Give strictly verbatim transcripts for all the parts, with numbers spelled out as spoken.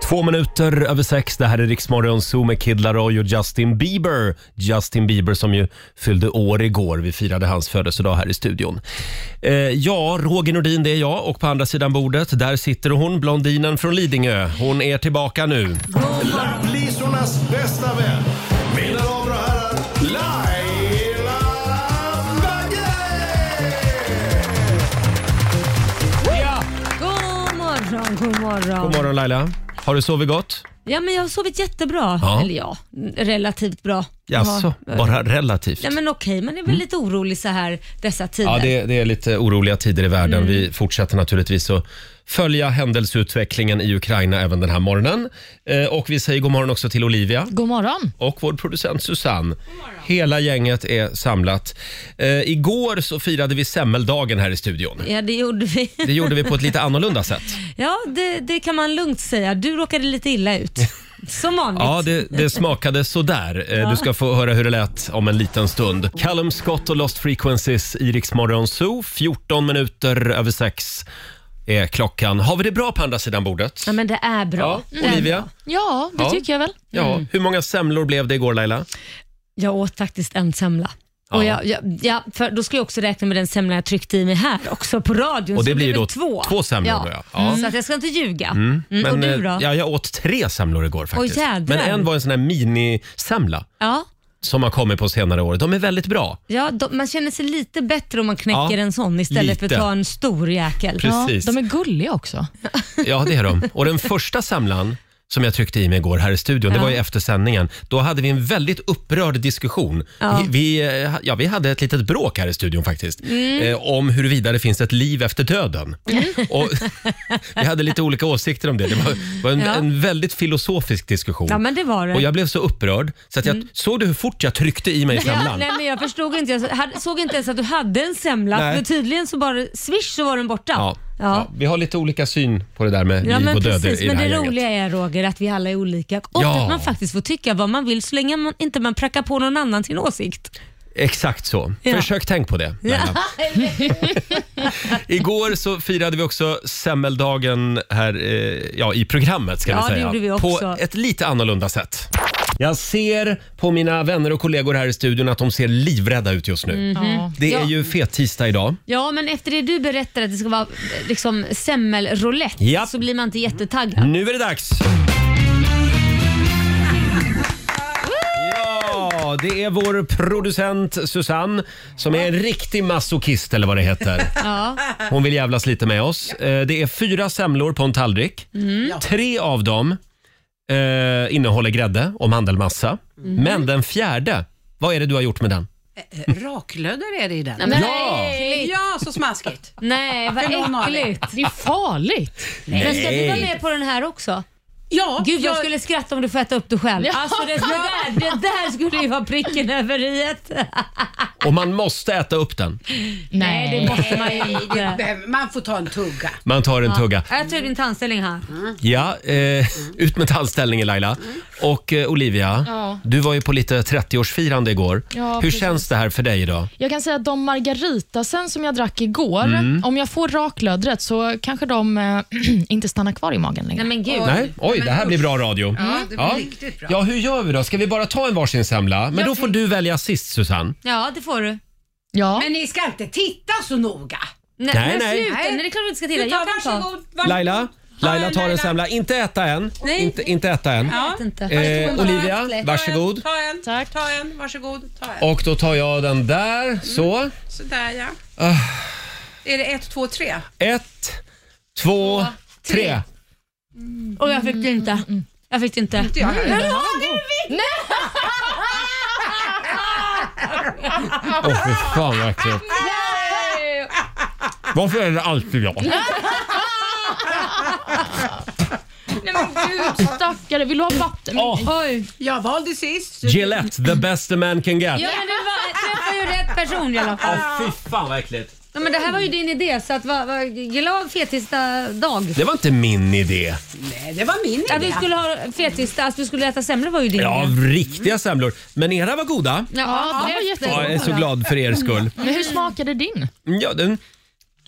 Två minuter över sex, det här är Rix Morgon Zoo med Kid Laroi och Justin Bieber. Justin Bieber som ju fyllde år igår. Vi firade hans födelsedag här i studion. Eh, ja, Roger Nordin, det är jag, och på andra sidan bordet, där sitter hon, blondinen från Lidingö. Hon är tillbaka nu. Lapplisornas bästa vän. Mina damer och herrar, Laila Bagge! Ja! God morgon, god morgon. God morgon Laila. Har du sovit gott? Ja, men jag har sovit jättebra. Ja. Eller ja, relativt bra. Jaså, bara relativt? Ja, men okej, man är väl lite orolig så här dessa tider. Ja, det, det är lite oroliga tider i världen. Mm. Vi fortsätter naturligtvis att följa händelseutvecklingen i Ukraina även den här morgonen. Eh, och vi säger god morgon också till Olivia. God morgon. Och vår producent Susanne. Hela gänget är samlat. Eh, igår så firade vi semmeldagen här i studion. Ja, det gjorde vi. Det gjorde vi på ett lite annorlunda sätt. Ja, det, det kan man lugnt säga. Du råkade lite illa ut. Som vanligt. Ja, det, det smakade sådär. Ja. Du ska få höra hur det lät om en liten stund. Callum Scott och Lost Frequencies i Rix Morgon Zoo. fjorton minuter över sex är klockan. Har vi det bra på andra sidan bordet? Ja, men det är bra. Ja. Olivia? Ja, det ja. tycker jag väl. Ja. Mm. Hur många semlor blev det igår, Laila? Jag åt faktiskt en semla. Ja. Och jag, jag, ja, för då ska jag också räkna med den semla jag tryckte i mig här också på radion. Och det så blir då två, två semlor. Ja. Då, ja. Ja. Mm. Så att jag ska inte ljuga. Mm. Mm. Men, och du då? Ja, jag åt tre semlor igår faktiskt. Åh, jädrar. Men en var en sån här minisemla. Ja. Som har kommit på senare år. De är väldigt bra. Ja, de, man känner sig lite bättre om man knäcker Ja, en sån istället lite. för att ta en stor jäkel. Precis. Ja, de är gulliga också. Ja, det är de. Och den första semlan som jag tryckte i mig igår här i studion, Ja. det var ju efter sändningen. Då hade vi en väldigt upprörd diskussion. Ja. Vi, vi, ja, vi hade ett litet bråk här i studion faktiskt. Mm. Eh, om huruvida det finns ett liv efter döden. Mm. Och vi hade lite olika åsikter om det. Det var, var en, Ja. en väldigt filosofisk diskussion. Ja, men det var det. Och jag blev så upprörd så att jag Mm. såg du hur fort jag tryckte i mig Ja, semlan? nej, men jag förstod inte. Jag hade- såg inte ens att du hade en semla. Nej. För tydligen så bara swish så var den borta. Ja. Ja. Ja, vi har lite olika syn på det där med Ja, liv men och död precis. i det Men här det gänget. roliga är, Roger, att vi alla är olika. Och Ja. att man faktiskt får tycka vad man vill så länge man inte man prackar på någon annan sin åsikt. Exakt så. Ja. Försök tänk på det. Ja. Igår så firade vi också semmeldagen här eh, ja, i programmet ska Ja, vi det säga. gjorde vi också. På ett lite annorlunda sätt. Jag ser på mina vänner och kollegor här i studion att de ser livrädda ut just nu. Ja. Det är Ja. ju fet-tisdag idag. Ja, men efter det du berättade att det ska vara liksom semmelroulette Ja. så blir man inte jättetaggad. Nu är det dags! Ja, det är vår producent Susanne som är en riktig masochist eller vad det heter. Ja. Hon vill jävlas lite med oss. Eh, Det är fyra semlor på en tallrik. Tre av dem eh, innehåller grädde och mandelmassa. Men den fjärde, vad är det du har gjort med den? Raklödder är det i den. Nej, men Ja. äckligt. Ja, så smaskigt. Nej, vad För någon av er. äckligt. Det är farligt. Men ska du vara Nej. med på den här också? Ja, Gud, jag jag- skulle skratta om du får äta upp det själv. Ja. Alltså det, där, det där skulle ju vara pricken över iet. Och man måste äta upp den. Nej, det måste man ju Nej, det inte. behöver- man får ta en tugga. Man tar en tugga. Jag tar din tandställning här. Ja, eh, ut med tandställningen Laila. Och eh, Olivia, Ja. du var ju på lite trettioårsfirande igår. Ja, Hur precis. känns det här för dig idag? Jag kan säga att de margaritasen som jag drack igår, Mm. om jag får raklödret så kanske de äh, inte stannar kvar i magen längre. Nej men gud. Nej? Oj, det här blir bra radio. Ja, det blir riktigt bra. Ja, hur gör vi då? Ska vi bara ta en varsin semla? Men då får du välja sist, Susanne. Ja, det får du. Ja. Men ni ska inte titta så noga. Nej, Nej, men nej. sluta. Nej, det är klart vi inte ska titta. Du Jag tar, kan ta. varsågod, varsågod. Laila, Laila en, tar en Laila. semla. Inte äta än. Nej. Inte, inte äta än. Ja. Jag vet inte. Eh, Olivia, varsågod. Ta en, Tack. ta en, varsågod. Ta en. Och då tar jag den där. Så. Sådär ja. Ah. Är det ett, två, tre? Ett, två, tre. Och jag fick det inte. Jag fick det inte. Inte jag heller. Åh, fy fan vad äckligt. Varför är det alltid jag? Nej men gud stackare, vill du ha vatten? Åh. Oj. Jag valde sist. Gillette, the best a man can get. Ja, men det var, jag träffade ju rätt person i alla fall. Åh, fy fan vad äckligt. Ja, men det här var ju din idé, så att var, var glad fetista dag. Det var inte min idé. Nej, det var min Att vi idé. skulle ha fetista, att vi skulle äta semlor var ju din Ja, idé. riktiga semlor. Men era var goda. Ja, de var efter- jättegoda. Ja, jag är så glad för er skull. Men hur smakade din? Ja, den,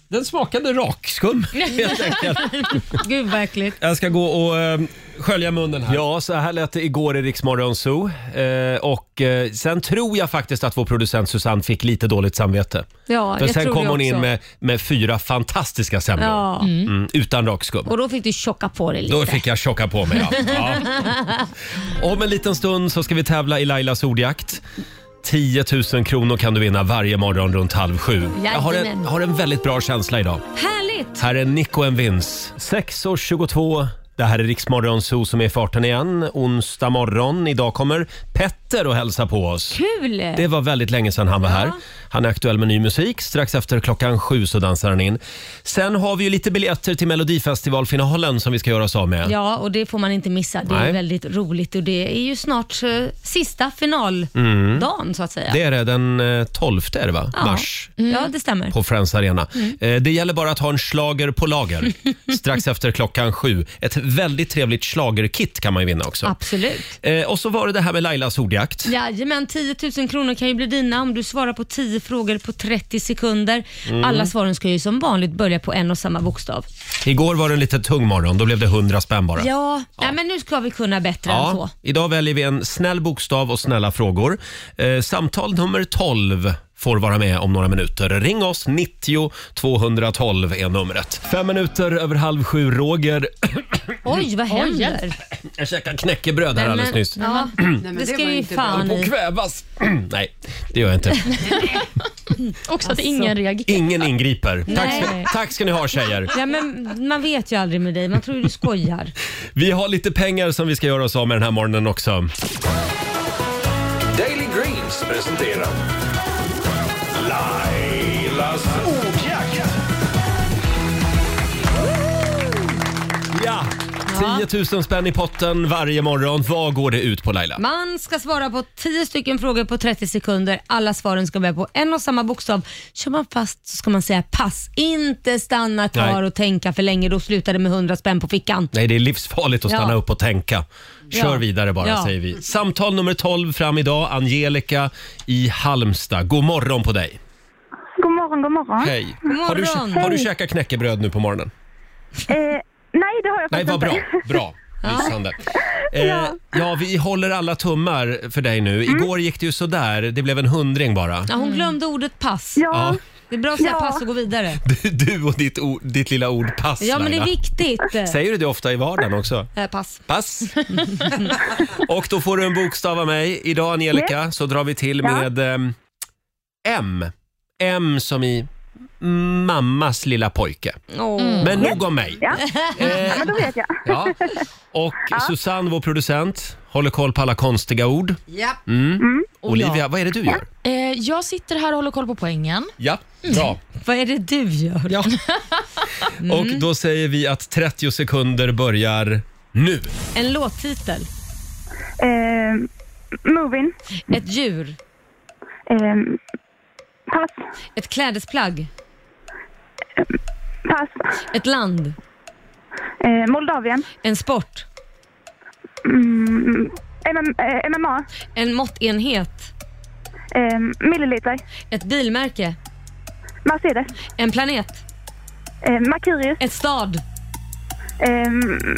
Den smakade rakskum helt enkelt. Gud, verkligt. Jag ska gå och eh, skölja munnen här. Ja, så här lät det igår i Rix Morgon Zoo. Eh, och eh, sen tror jag faktiskt att vår producent Susanne fick lite dåligt samvete. Ja, För jag sen tror kom det hon in också. med, med fyra fantastiska semlor. Ja. Mm, utan rakskum. Och då fick du tjocka på dig lite. Då fick jag tjocka på mig, ja. ja. Om en liten stund så ska vi tävla i Lailas ordjakt. tio tusen kronor kan du vinna varje morgon runt halv sju. Jag har en, Jajamän. har en väldigt bra känsla idag. Härligt! Här är Nico en Vince. sex och tjugotvå. Det här är Rix Morgon Zoo som är i farten igen. Onsdag morgon. Idag kommer Petter och hälsa på oss. Kul! Det var väldigt länge sedan han var här. Han är aktuell med ny musik. Strax efter klockan sju så dansar han in. Sen har vi ju lite biljetter till Melodifestivalfinalen som vi ska göra oss av med. Ja, och det får man inte missa. Det Nej. är väldigt roligt och det är ju snart eh, sista finaldagen så att säga. Det är det den eh, tolfte är det va? Ja. Mars. Ja, det stämmer. På Friends Arena. Eh, det gäller bara att ha en slager på lager. Strax efter klockan sju. Ett väldigt trevligt schlagerkit kan man ju vinna också. Absolut. Eh, och så var det det här med Lailas ordjakt. Jajamän, tio tusen kronor kan ju bli dina om du svarar på tio frågor på trettio sekunder. Mm. Alla svaren ska ju som vanligt börja på en och samma bokstav. Igår var det en lite tung morgon. Då blev det hundra spänn bara. Ja, Nej, men nu ska vi kunna bättre än så. Idag väljer vi en snäll bokstav och snälla frågor. Eh, samtal nummer tolv får vara med om några minuter. Ring oss, nittio tvåhundratolv är numret. Fem minuter över halv sju, Roger. Oj, vad händer? Jag käkade knäckebröd här Nej, alldeles men- nyss. Ja, men det det ska var ju inte fan På att i. kvävas. Nej, det gör jag inte. Också att ingen reagerar. Ingen ingriper. Tack ska, Nej. tack ska ni ha tjejer. Ja, men man vet ju aldrig med dig. Man tror ju du skojar. Vi har lite pengar som vi ska göra oss av med den här morgonen också. Daily Greens presenterar Lailas ordjakt. Ja, tio tusen spänn i potten varje morgon. Vad går det ut på, Laila? Man ska svara på tio stycken frågor på trettio sekunder. Alla svaren ska börja på en och samma bokstav. Kör man fast så ska man säga pass. Inte stanna kvar Nej. och tänka för länge. Då slutar det med hundra spänn på fickan. Nej, det är livsfarligt att stanna Ja. upp och tänka. Kör Ja. vidare bara, Ja. säger vi. Samtal nummer tolv fram idag. Angelica i Halmstad. God morgon på dig. God morgon, god morgon. Hej. God Har du, morgon. har du käkat knäckebröd nu på morgonen? Eh, nej, det har jag Nej, faktiskt vad bra. inte. Bra. Lysande. Eh, ja, vi håller alla tummar för dig nu. Igår gick det ju sådär. Det blev en hundring bara. Ja, hon glömde ordet pass. Ja, Ja. Det är bra att säga Ja. pass och gå vidare. Du, du och ditt, ord, ditt lilla ord pass, Ja, men det är Laila. viktigt. Säger du det ofta i vardagen också? Eh, pass. Pass. Och då får du en bokstav av mig. Idag, Angelica, så drar vi till Ja. med ehm, M. M som i mammas lilla pojke. Åh. Men nog om mig. ja. Eh, ja, men då vet jag. ja. Och Susanne, vår producent, håller koll på alla konstiga ord. Ja. Olivia, vad är det du gör? Eh, jag sitter här och håller koll på poängen. Ja, bra. Vad är det du gör? Ja. Och då säger vi att trettio sekunder börjar nu. En låttitel. Eh, moving. Ett djur. Eh, pass. Ett klädesplagg. Pass. Ett land. Eh, Moldavien. En sport. Mm, M M, eh, M M A. En måttenhet. Eh, milliliter. Ett bilmärke. Mercedes. En planet. Eh, Mercurius. Ett stad. Eh,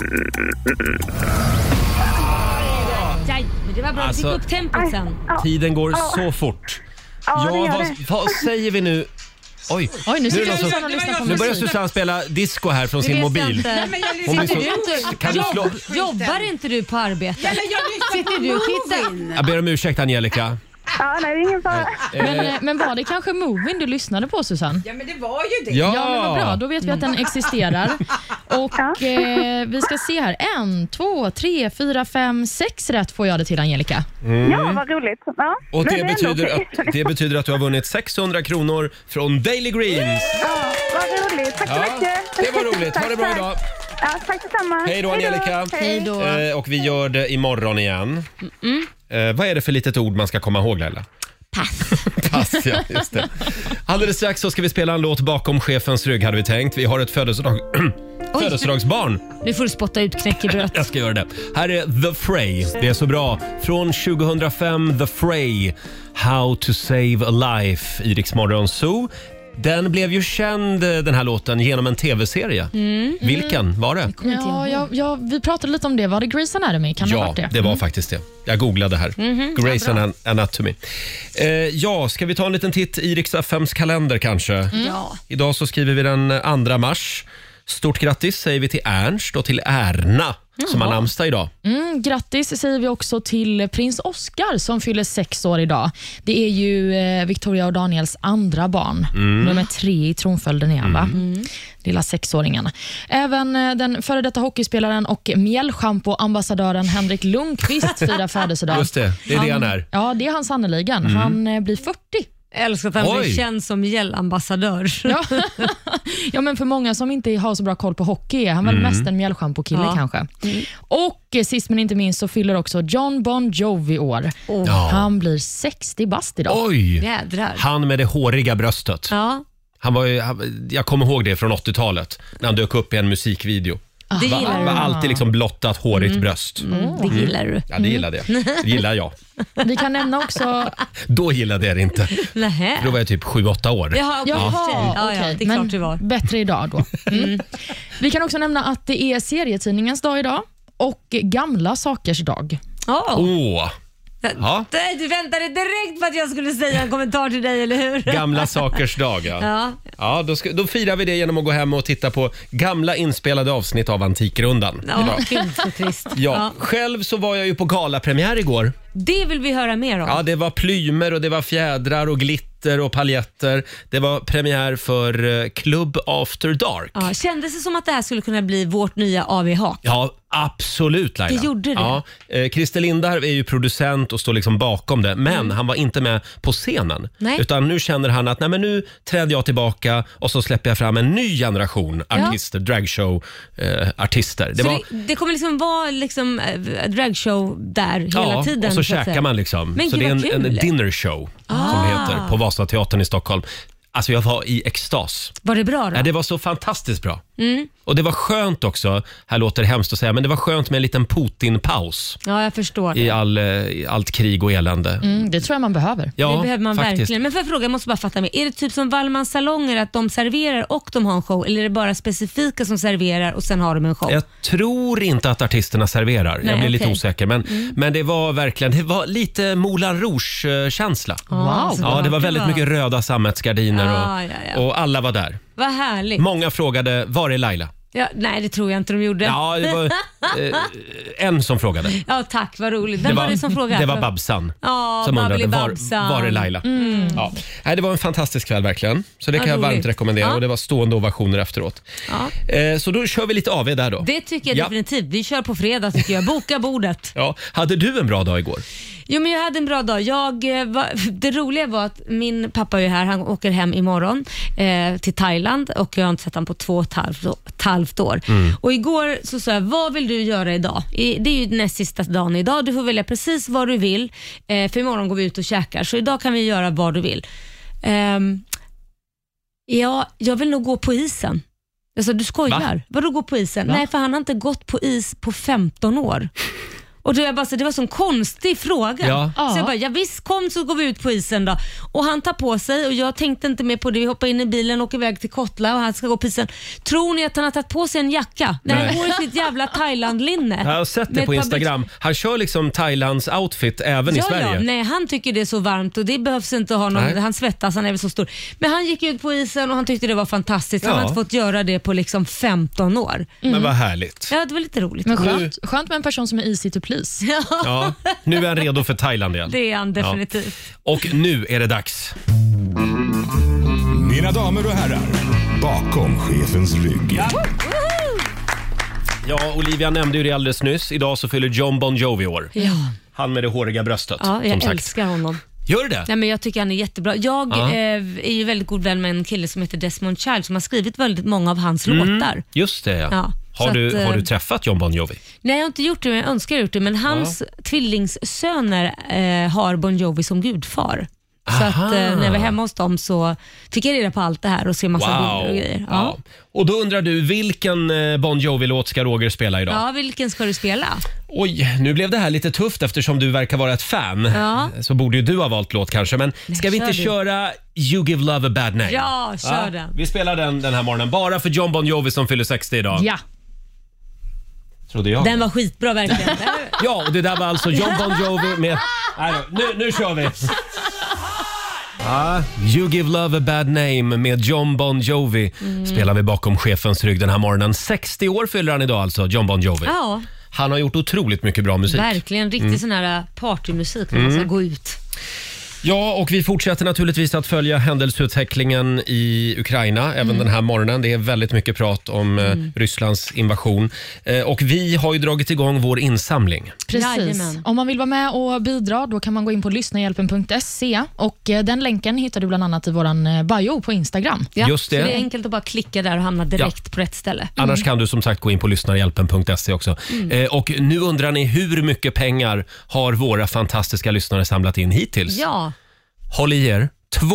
Jaj, men det var bra. Alltså- Du fick upp tempot sen. ja, Tiden går så fort. ja, det Ja, gör vad, det. vad säger vi nu? Oj, Oj, nu Nu är sitter det någon som- Susanne och lyssnar på nu börjar musik. Susanne spela disco här från Det sin vet jag mobil. inte. Nej, men jag Hon blir lyssnar så... på Du inte, Kan du slå... jobb, jobbar inte du på arbetet? Ja, men jag lyssnar Sitter på du och tittar? Movin. Jag ber om ursäkt, Angelica. Ja, nej, det är ingen fara. Men, eh, men var det kanske Movin du lyssnade på, Susanne? Ja, men det var ju det. Ja, Ja, men vad bra. Då vet vi att den existerar. Och Ja. eh, vi ska se här. En, två, tre, fyra, fem, sex rätt får jag det till, Angelica. Ja, vad roligt. Ja, och det men är ändå betyder, okej. att, det betyder att du har vunnit sexhundra kronor från Daily Greens. Ja, vad roligt. Tack så Ja, mycket. det var roligt. Ha det bra Tack, idag. Ja, tack detsamma. Hej då, Angelica. Hej då. Eh, och vi gör det imorgon igen. Eh, vad är det för litet ord man ska komma ihåg, Laila? Pass. Pass, ja, just det. Alldeles strax så ska vi spela en låt bakom chefens rygg, hade vi tänkt. Vi har ett födelsedag... födelsedagsbarn. Nu får du spotta ut knäckebröd. Jag ska göra det. Här är The Fray. Det är så bra. Från tjugohundrafem, The Fray. How to save a life i Rix Morgon Zoo. Den blev ju känd, den här låten, genom en tv-serie. Mm. Vilken var det? Ja, ja, ja, vi pratade lite om det. Var det Grey's Anatomy? Kan det ha Ja, varit det? det var faktiskt det. Jag googlade här. Mhm, Grey's ja, bra. Ana- Anatomy. Eh, ja, ska vi ta en liten titt i Rix F M:s kalender kanske? Ja. Idag så skriver vi den andra mars. Stort grattis säger vi till Ernst och till Erna som har namnsdag idag. Mm, grattis säger vi också till prins Oscar som fyller sex år idag. Det är ju eh, Victoria och Daniels andra barn. Mm. Nummer tre i tronföljden igen, va? Lilla sexåringen. Även eh, den före detta hockeyspelaren och mjällschampo-ambassadören Henrik Lundqvist firar födelsedag. Just det, det är det han är. Ja, det är han sannoliken. Mm. Han eh, blir fyrtio. Jag älskar att han Oj. blir känd som gällambassadör. Ja. ja, men för många som inte har så bra koll på hockey är han väl Mm. mest en mjällschampo-kille Ja. kanske. Och eh, sist men inte minst så fyller också John Bon Jovi år. Oh. Ja. Han blir sextio bast idag. Oj! Jädrar. Han med det håriga bröstet. Ja, Han var ju, han, jag kommer ihåg det från åttiotalet när han dök upp i en musikvideo. det Va, gillar var du. alltid liksom blottat hårigt bröst. Mm, det gillar du. Ja, det gillade jag. Det gillar jag. Vi kan nämna också... Då gillade jag det inte. Nähä. Då var jag typ sju åtta år. Jaha, okej. Jaha, ja, ja, okej. det är Men klart det var. bättre idag då. Mm. Vi kan också nämna att det är serietidningens dag idag och gamla sakers dag. Oh. Åh, Ja. Du väntade direkt på att jag skulle säga en kommentar till dig, eller hur? gamla sakers dag. Ja. Ja. Ja, då, ska, då firar vi det genom att gå hem och titta på gamla inspelade avsnitt av Antikrundan. Ja, idag. gud så trist. Ja, Ja. själv så var jag ju på galapremiär igår. Det vill vi höra mer om. Ja, det var plymer och det var fjädrar och glitter och paljetter. Det var premiär för eh, Club After Dark. Ja, kändes det som att det här skulle kunna bli vårt nya A V-hak? Ja, absolut Laila. Det gjorde det. Ja, eh, Christer Lindarw är ju producent och står liksom bakom det. Men han var inte med på scenen. Nej. Utan nu känner han att nej, men nu träder jag tillbaka och så släpper jag fram en ny generation artister, dragshow-artister. det Så var, det, det kommer liksom vara liksom äh, dragshow där hela ja, tiden. och så så att käkar säga. man liksom. Men så gud, det är en, vad en kul. dinner show som Ah. det heter på Vasateatern i Stockholm. Alltså jag var i extas. Var det bra då? Ja, det var så fantastiskt bra. Mm. Och det var skönt också, här låter det hemskt att säga, men det var skönt med en liten Putin-paus Ja, jag förstår det. i, all, eh, i allt krig och elände. Mm, det tror jag man behöver. Ja, det behöver man faktiskt. verkligen. Men för jag fråga, jag måste bara fatta mig. Är det typ som Wallmans salonger att de serverar och de har en show? Eller är det bara specifika som serverar och sen har de en show? Jag tror inte att artisterna serverar. Nej, jag blir lite okej. osäker. Men, Mm. men det var verkligen, det var lite Moulin Rouge-känsla. Wow. Ja, det var väldigt mycket röda sammetsgardiner Ja, och, ja, ja. och alla var där. Vad härligt. Många frågade, var är Laila? Ja, nej, det tror jag inte de gjorde. Ja, det var eh, en som frågade. Ja, tack, vad roligt. Vem var, det som frågade? Det var Babsan Ja, som undrade, var, Babsan. var är Laila? Mm. Ja. Nej, det var en fantastisk kväll verkligen. Så det Ja, kan jag varmt roligt. rekommendera. Ja. Och det var stående ovationer efteråt. Ja. Eh, så då kör vi lite A V där då. Det tycker jag Ja. definitivt. Vi kör på fredag tycker jag. Boka bordet. Ja. Hade du en bra dag igår? Jo, men jag hade en bra dag. Jag, eh, var, det roliga var att min pappa är här. Han åker hem imorgon eh, till Thailand och jag har inte sett honom på två och ett halvt, ett halvt år. Mm. Och igår så sa jag, vad vill du göra idag? I, det är ju näst sista dagen idag. Du får välja precis vad du vill. Eh, för imorgon går vi ut och käkar. Så idag kan vi göra vad du vill. Ehm, ja, jag vill nog gå på isen. Alltså, du skojar. Va? Vadå gå på isen? Va? Nej, för han har inte gått på is på femton år. Och då jag bara, så det var så en konstig fråga. Ja. Så jag bara, ja visst, kom så går vi ut på isen då. Och han tar på sig och jag tänkte inte mer på det. Vi hoppar in i bilen och åker iväg till Kottla och han ska gå på isen. Tror ni att han har tagit på sig en jacka? När han Nej. går i sitt jävla Thailand-linne. Jag har sett Med det ett på par Instagram. Han kör liksom Thailands outfit även i Ja, Sverige. ja, nej, han tycker det är så varmt och det behövs inte ha någon, Nej. han svettas, han är väl så stor. Men han gick ut på isen och han tyckte det var fantastiskt. Han Ja. har inte fått göra det på liksom femton år. Men vad härligt. Ja, det var lite roligt. Men skönt, skönt med en person som är easy to please. Ja, nu är han redo för Thailand igen. Det är han definitivt. Och nu är det dags. Mina damer och herrar, bakom chefens rygg. Ja, Olivia nämnde ju det alldeles nyss. Idag så fyller John Bon Jovi år. Ja, Han med det håriga bröstet. ja jag som sagt. älskar honom. Gör det? Nej, men jag tycker han är jättebra. Jag Ja. eh, är ju väldigt god vän med en kille som heter Desmond Child som har skrivit väldigt många av hans Mm. låtar. Just det, ja. Ja, har, så du, att, eh, har du träffat John Bon Jovi? Nej, jag har inte gjort det, men jag önskar gjort det. Men hans tvillingssöner eh, har Bon Jovi som gudfar. Så att, Aha. eh, när jag var hemma hos dem så fick jag reda på allt det här och se massa bilder och grejer. Ja. Ja. Och då undrar du, vilken eh, Bon Jovi-låt ska Roger spela idag? ja, vilken ska du spela? Oj, nu blev det här lite tufft eftersom du verkar vara ett fan. Ja. Så borde ju du ha valt låt kanske. Men Nej, ska vi inte kör du. köra You Give Love a Bad Name? Ja, kör den. Vi spelar den den här morgonen. Bara för John Bon Jovi som fyller sextio idag. Ja. Trodde jag. Den var skitbra verkligen. Ja, och det där var alltså John Bon Jovi med... Nej, då, nu, nu kör vi! Ja, You Give Love a Bad Name med John Bon Jovi Mm. spelar vi bakom chefens rygg den här morgonen. sextio år fyller han idag alltså, John Bon Jovi. Ja, Han har gjort otroligt mycket bra musik. verkligen. Riktigt Mm. sån här partymusik när man ska gå ut. Ja, och vi fortsätter naturligtvis att följa händelseutvecklingen i Ukraina även den här morgonen. Det är väldigt mycket prat om eh, Rysslands invasion. Eh, och vi har ju dragit igång vår insamling. Precis. Jajamän. Om man vill vara med och bidra då kan man gå in på lyssnahjälpen punkt se och eh, den länken hittar du bland annat i våran eh, bio på Instagram. Ja, Just det. Så det är enkelt att bara klicka där och hamna direkt på rätt ställe. Annars kan du som sagt gå in på lyssnarhjälpen punkt se också. Eh, och nu undrar ni hur mycket pengar har våra fantastiska lyssnare samlat in hittills? Ja. Håll i er.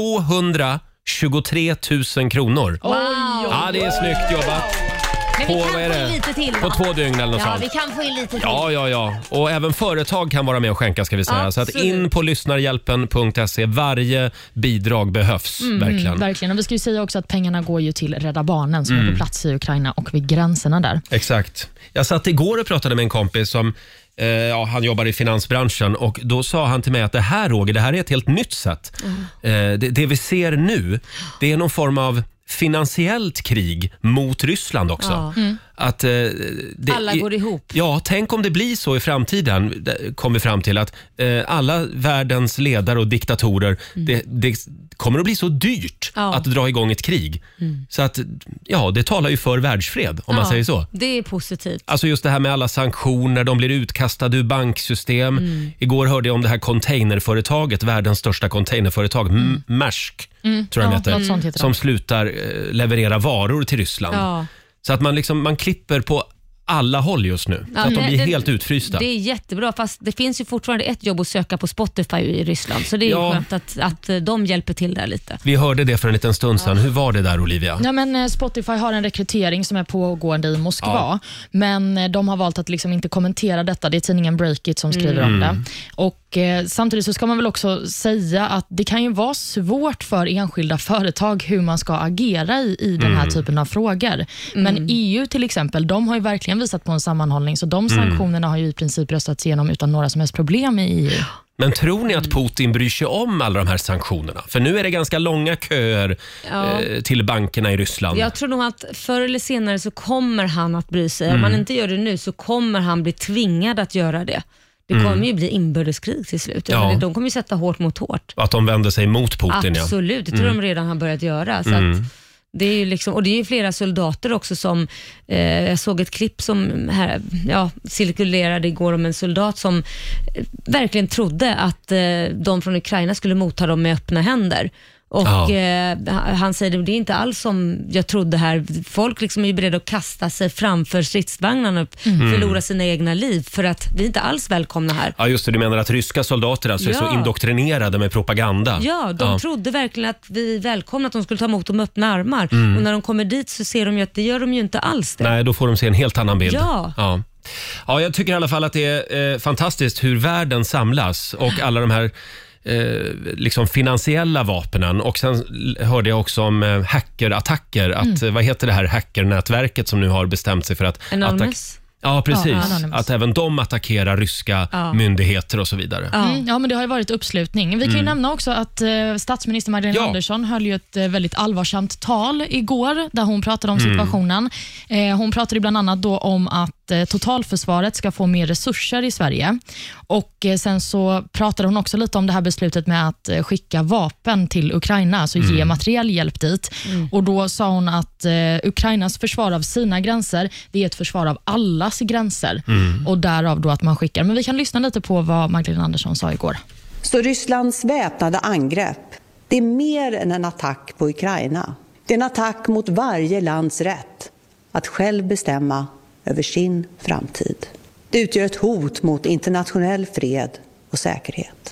tvåhundratjugotre tusen kronor. Wow. Ja, det är snyggt jobbat. Men vi På, kan vad är få det? in lite till På då. två dygn eller något Ja, sånt. vi kan få in lite till. Ja, ja, ja. Och även företag kan vara med och skänka ska vi säga. Så att Absolut. in på lyssnarhjälpen punkt se. Varje bidrag behövs, verkligen. Mm, verkligen. Och vi ska ju säga också att pengarna går ju till Rädda Barnen som Mm. är på plats i Ukraina och vid gränserna där. Exakt. Jag satt igår och pratade med en kompis som eh, ja, han jobbar i finansbranschen och då sa han till mig att det här, Roger, det här är ett helt nytt sätt. Eh, det, det vi ser nu, det är någon form av finansiellt krig mot Ryssland också. Ja. Att, eh, det, Alla går ihop. Ja, tänk om det blir så i framtiden, det kom vi fram till att eh, alla världens ledare och diktatorer, det, det kommer att bli så dyrt Ja. att dra igång ett krig. Så att, ja, det talar ju för världsfred om man Ja, säger så. Det är positivt. Alltså just det här med alla sanktioner, de blir utkastade ur banksystem. Mm. Igår hörde jag om det här containerföretaget, världens största containerföretag, mm. Maersk, tror jag Ja, de något heter, sånt heter som det. slutar eh, leverera varor till Ryssland. Ja. Så att man, liksom, man klipper på alla håll just nu. Ja, så att de nej, blir det- helt utfrysta. Det är jättebra, fast det finns ju fortfarande ett jobb att söka på Spotify i Ryssland. Så det är Ja. ju skönt att, att de hjälper till där lite. Vi hörde det för en liten stund sedan. Hur var det där, Olivia? Ja, men eh, Spotify har en rekrytering som är pågående i Moskva, Ja. men eh, de har valt att liksom inte kommentera detta. Det är tidningen Breakit som skriver Mm. om det. Och eh, samtidigt så ska man väl också säga att det kan ju vara svårt för enskilda företag hur man ska agera i, i den här Mm. typen av frågor. Men E U till exempel, de har ju verkligen visat på en sammanhållning, så de Mm. sanktionerna har ju i princip röstats igenom utan några som helst problem i E U. Men tror ni att Putin bryr sig om alla de här sanktionerna? För nu är det ganska långa köer Ja. eh, till bankerna i Ryssland. Jag tror nog att förr eller senare så kommer han att bry sig. Mm. Om han inte gör det nu så kommer han bli tvingad att göra det. Det kommer ju bli inbördeskrig till slut. Mm. Ja. Ja. De kommer ju sätta hårt mot hårt. Att de vänder sig mot Putin, ja. Absolut, det tror de redan har börjat göra. Så Mm. att det är ju liksom, och det är ju flera soldater också som, eh, jag såg ett klipp som här, ja, cirkulerade igår om en soldat som eh, verkligen trodde att eh, de från Ukraina skulle motta dem med öppna händer. Och Ja. eh, han säger att det är inte alls som jag trodde här. Folk liksom är ju beredda att kasta sig framför stridsvagnarna och förlora sina egna liv för att vi är inte alls välkomna här. Ja, just det. Du menar att ryska soldater alltså är Ja. så indoktrinerade med propaganda? Ja, de Ja. trodde verkligen att vi välkomna att de skulle ta emot dem med öppna armar. Mm. Och när de kommer dit så ser de ju att det gör de ju inte alls det. Nej, då får de se en helt annan bild. Ja. Ja. Ja, jag tycker i alla fall att det är eh, fantastiskt hur världen samlas och alla de här eh, liksom finansiella vapnen. Och sen l- hörde jag också om eh, hackerattacker. Att, eh, vad heter det här hackernätverket som nu har bestämt sig för att... Anonymous. Ja, precis. Ja, Anonymous. Att även de attackerar ryska Ja. myndigheter och så vidare. Ja. Mm, ja, men det har ju varit uppslutning. Vi kan ju nämna också att eh, statsminister Magdalena Ja. Andersson höll ju ett eh, väldigt allvarsamt tal igår där hon pratade om situationen. Eh, hon pratade bland annat då om att eh, totalförsvaret ska få mer resurser i Sverige. Och eh, sen så pratade hon också lite om det här beslutet med att eh, skicka vapen till Ukraina, alltså ge materiell hjälp dit. Och då sa hon att eh, Ukrainas försvar av sina gränser, det är ett försvar av allas gränser. Och därav då att man skickar. Men vi kan lyssna lite på vad Magdalena Andersson sa igår. Så Rysslands väpnade angrepp, det är mer än en attack på Ukraina. Det är en attack mot varje lands rätt att själv bestämma över sin framtid. Det utgör ett hot mot internationell fred och säkerhet.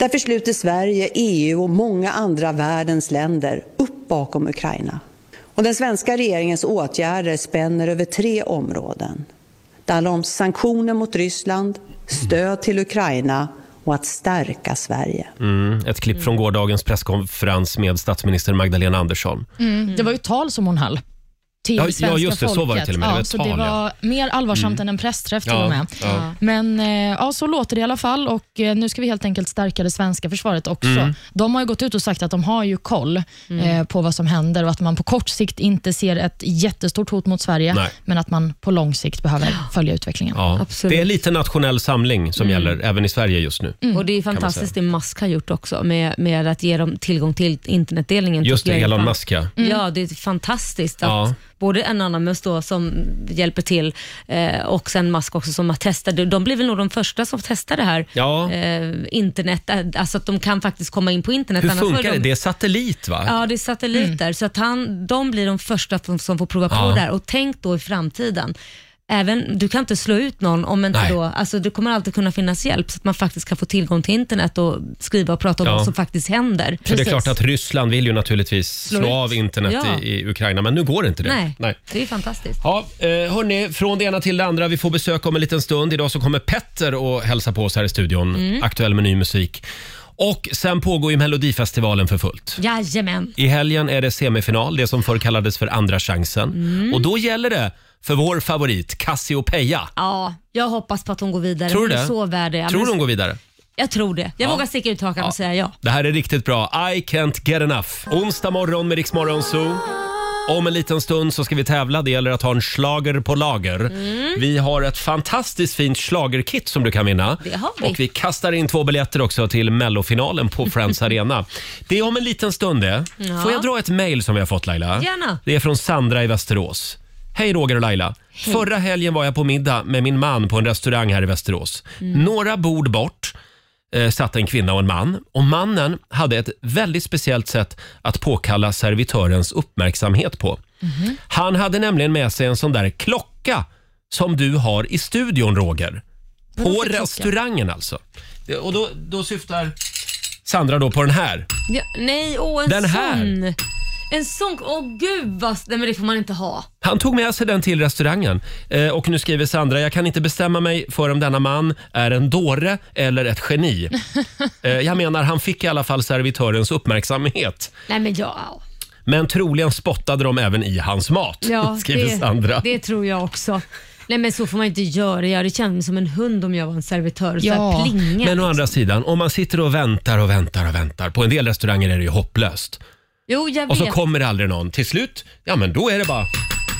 Därför sluter Sverige, E U och många andra världens länder upp bakom Ukraina. Och den svenska regeringens åtgärder spänner över tre områden. Det handlar om sanktioner mot Ryssland, stöd till Ukraina och att stärka Sverige. Mm, ett klipp från gårdagens presskonferens med statsminister Magdalena Andersson. Mm. Det var ju tal som hon höll till Ja, svenska ja, just det, folket. så var det till och med. Det var Ja, ett så tal, det var ja. mer allvarsamt än en pressträff till Ja, och med. ja. Men eh, ja, så låter det i alla fall och eh, nu ska vi helt enkelt stärka det svenska försvaret också. Mm. De har ju gått ut och sagt att de har ju koll eh, på vad som händer och att man på kort sikt inte ser ett jättestort hot mot Sverige, Nej. men att man på lång sikt behöver följa utvecklingen. Ja. Absolut. Det är lite nationell samling som gäller även i Sverige just nu. Och det är fantastiskt det Musk har gjort också med, med att ge dem tillgång till internetdelningen. Just tycker det, jag är Elon fan- Musk, ja. Ja, det är fantastiskt att Ja. både Anonymous då som hjälper till eh, och sen Musk också som har testat. De blir väl nog de första som testar det här Ja. eh, internet, eh, alltså att de kan faktiskt komma in på internet. Hur Annars var funkar det? de, Det är satellit, va? Ja, det är satelliter. Så att han, de blir de första som, som får prova Ja. på det här. Och tänk då i framtiden. Även, du kan inte slå ut någon om inte Nej. då, alltså det kommer alltid kunna finnas hjälp så att man faktiskt kan få tillgång till internet och skriva och prata om Ja. vad som faktiskt händer. För det är klart att Ryssland vill ju naturligtvis slå, Slå ut. av internet Ja. i, i Ukraina, men nu går inte det. Nej, det är fantastiskt. Ja, eh, hörni, från det ena till det andra. Vi får besök om en liten stund. Idag så kommer Petter och hälsa på oss här i studion. Mm. Aktuell med ny musik. Och sen pågår ju Melodifestivalen för fullt. Jajamän. I helgen är det semifinal, det som förr kallades för andra chansen. Mm. Och då gäller det för vår favorit Cassiopeia. Ja, jag hoppas på att hon går vidare. Tror du Hon är det? så värd det. Ja, Tror men- du hon går vidare? Jag tror det. Jag Ja. vågar sticka ut hakan och säga ja. Det här är riktigt bra. I can't get enough. Onsdag morgon med Rix Morgon Zoo. Om en liten stund så ska vi tävla. Det gäller att ha en schlager på lager. Mm. Vi har ett fantastiskt fint schlagerkit som du kan vinna. Det har vi. Och vi kastar in två biljetter också till mellofinalen på Friends Arena. Det är om en liten stund det. Ja. Får jag dra ett mejl som vi har fått, Laila? Gärna. Det är från Sandra i Västerås. Hej Roger och Laila. Förra helgen var jag på middag med min man på en restaurang här i Västerås. Mm. Några bord bort eh, satt en kvinna och en man. Och mannen hade ett väldigt speciellt sätt att påkalla servitörens uppmärksamhet på. Mhm. Han hade nämligen med sig en sån där klocka som du har i studion, Roger. På Vadå för klocka? restaurangen alltså. Det- Och då, då syftar Sandra då på den här. Ja, nej, åh en Den här. sån. En sån, åh gud vad, nej men det får man inte ha. Han tog med sig den till restaurangen eh, och nu skriver Sandra: jag kan inte bestämma mig för om denna man är en dåre eller ett geni. eh, jag menar, han fick i alla fall servitörens uppmärksamhet. Nej men ja. Men troligen spottade de även i hans mat, Ja, skriver det, Sandra. det tror jag också. Nej men så får man inte göra. Jag känner mig som en hund om jag var en servitör. Så Ja, här plinga. Men å andra sidan, om man sitter och väntar och väntar och väntar, på en del restauranger är det ju hopplöst. Jo, jag Och så vet. kommer det aldrig någon. Till slut, ja men då är det bara...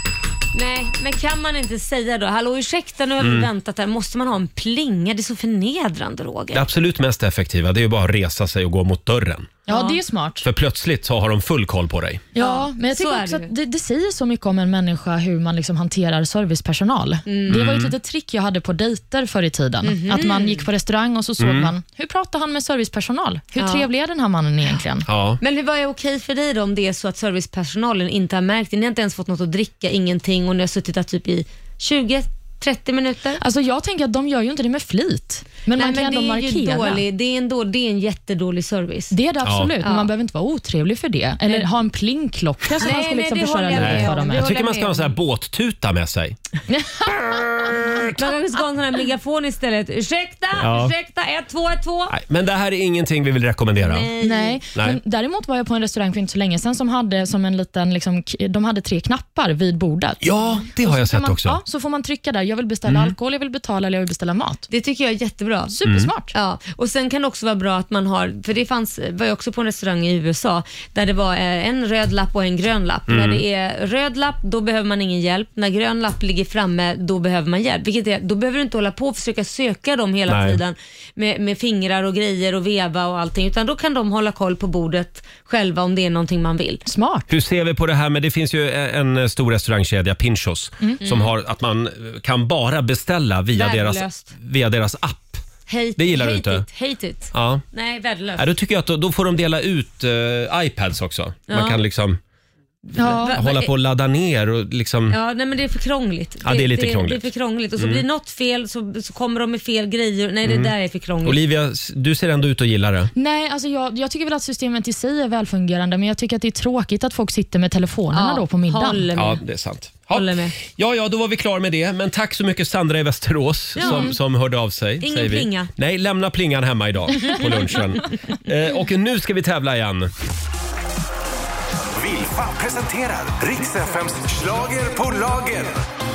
Nej, men kan man inte säga då, hallå ursäkta nu har vi Mm. väntat här, måste man ha en plinga? Det är så förnedrande, Roger. Det absolut mest effektiva, det är ju bara att resa sig och gå mot dörren. Ja, det är smart. För plötsligt så har de full koll på dig. Ja, men jag så tycker är också det ju. att det, det säger så mycket om en människa hur man liksom hanterar servicepersonal. Mm. Det var ju ett litet trick jag hade på dejter förr i tiden. Mhm. Att man gick på restaurang och så såg Mm. man, hur pratar han med servicepersonal? Hur Ja. trevlig är den här mannen egentligen? Ja. Men hur var det okej för dig då om det är så att servicepersonalen inte har märkt det? Ni har inte ens fått något att dricka, ingenting och ni har suttit där typ i tjugo trettio minuter? Alltså jag tänker att de gör ju inte det med flit. Men Nej, man kan men ändå det är ju markera. dålig, det, är en då, det är en jättedålig service. Det är det absolut, Ja. men man behöver inte vara otrevlig för det. Eller ha en plingklocka som Nej, man ska nej, liksom det förstöra håller jag livet med för om. dem Det med. Jag tycker håller man ska med ha om. så här båttuta med sig. Man kanske ska ha en sån här megafon istället. Ursäkta, Ja. ursäkta, ett två ett två. Nej, men det här är ingenting vi vill rekommendera. Nej. Nej, Nej. men däremot var jag på en restaurang för inte så länge sedan som hade som en liten, liksom, k- de hade tre knappar vid bordet. Ja, det har jag Så kan sett man, också. Ja, så får man trycka där, jag vill beställa Mm. alkohol, jag vill betala eller jag vill beställa mat. Det tycker jag är jättebra. Supersmart. Ja, och sen kan det också vara bra att man har, för det fanns, var jag också på en restaurang i U S A där det var eh, en röd lapp och en grön lapp. Mm. När det är röd lapp, då behöver man ingen hjälp. När grön lapp ligger framme, då behöver man hjälp. Vilket är, då behöver du inte hålla på och försöka söka dem hela Nej. tiden med, med fingrar och grejer och veva och allting, utan då kan de hålla koll på bordet själva om det är någonting man vill. Smart. Hur ser vi på det här med, det finns ju en stor restaurangkedja, Pinchos, Mm. som har att man kan bara beställa via deras, Värdelöst. via deras app. Hate, Det gillar du hate inte? It, hate it. Ja. Nej, värdelöst. Ja, då tycker jag att då, då får de dela ut eh, iPads också. Man Ja. kan liksom Ja. Va- va- hålla på och ladda ner och liksom... Ja, nej men det är för krångligt. Ja, det är lite krångligt. Det är för krångligt och så Mm. blir något fel så, så kommer de med fel grejer. Nej, det där är för krångligt. Olivia, du ser ändå ut att gilla det. Nej, alltså jag, jag tycker väl att systemet i sig är välfungerande, men jag tycker att det är tråkigt att folk sitter med telefonerna Ja, då på middagen. håller med. Ja, det är sant. Ja. Håller med. Ja, ja, då var vi klar med det. Men tack så mycket Sandra i Västerås Ja. som, som hörde av sig. Ingen säger vi. plinga. Nej, lämna plingan hemma idag på lunchen. eh, och nu ska vi tävla igen. Vilfa presenterar Rix F M:s schlager på lager.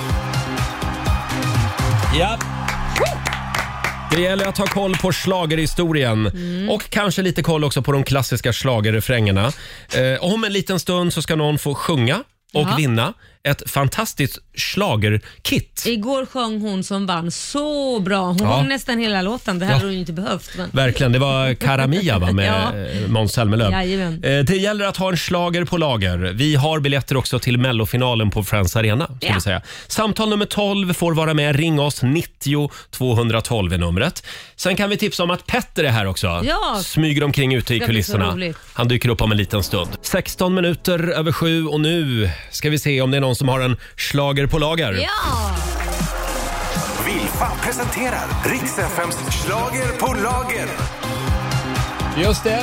Ja. Det gäller att ha koll på schlagerhistorien Mm. och kanske lite koll också på de klassiska schlagerrefrängerna. Eh, om en liten stund så ska någon få sjunga och Jaha. vinna ett fantastiskt schlagerkit. Igår sjöng hon som vann så bra. Hon Ja. sjöng nästan hela låten. Det här Ja. hade hon ju inte behövt. Men... Verkligen, det var Karamia va, med Ja. ja. Måns Zelmerlöw. Jajamän. Eh, Det gäller att ha en schlager på lager. Vi har biljetter också till mellofinalen på Friends Arena. Ska Ja. vi säga. Samtal nummer tolv får vara med. Ring oss, nittio tvåhundratolv är numret. Sen kan vi tipsa om att Petter är här också. Ja. Smyger omkring ute i Det blir så kulisserna. roligt. Han dyker upp om en liten stund. sexton minuter över sju och nu ska vi se om det är någon som har en schlager på lager. Ja! Vilfa presenterar Rix F M:s schlager på lager. Just det.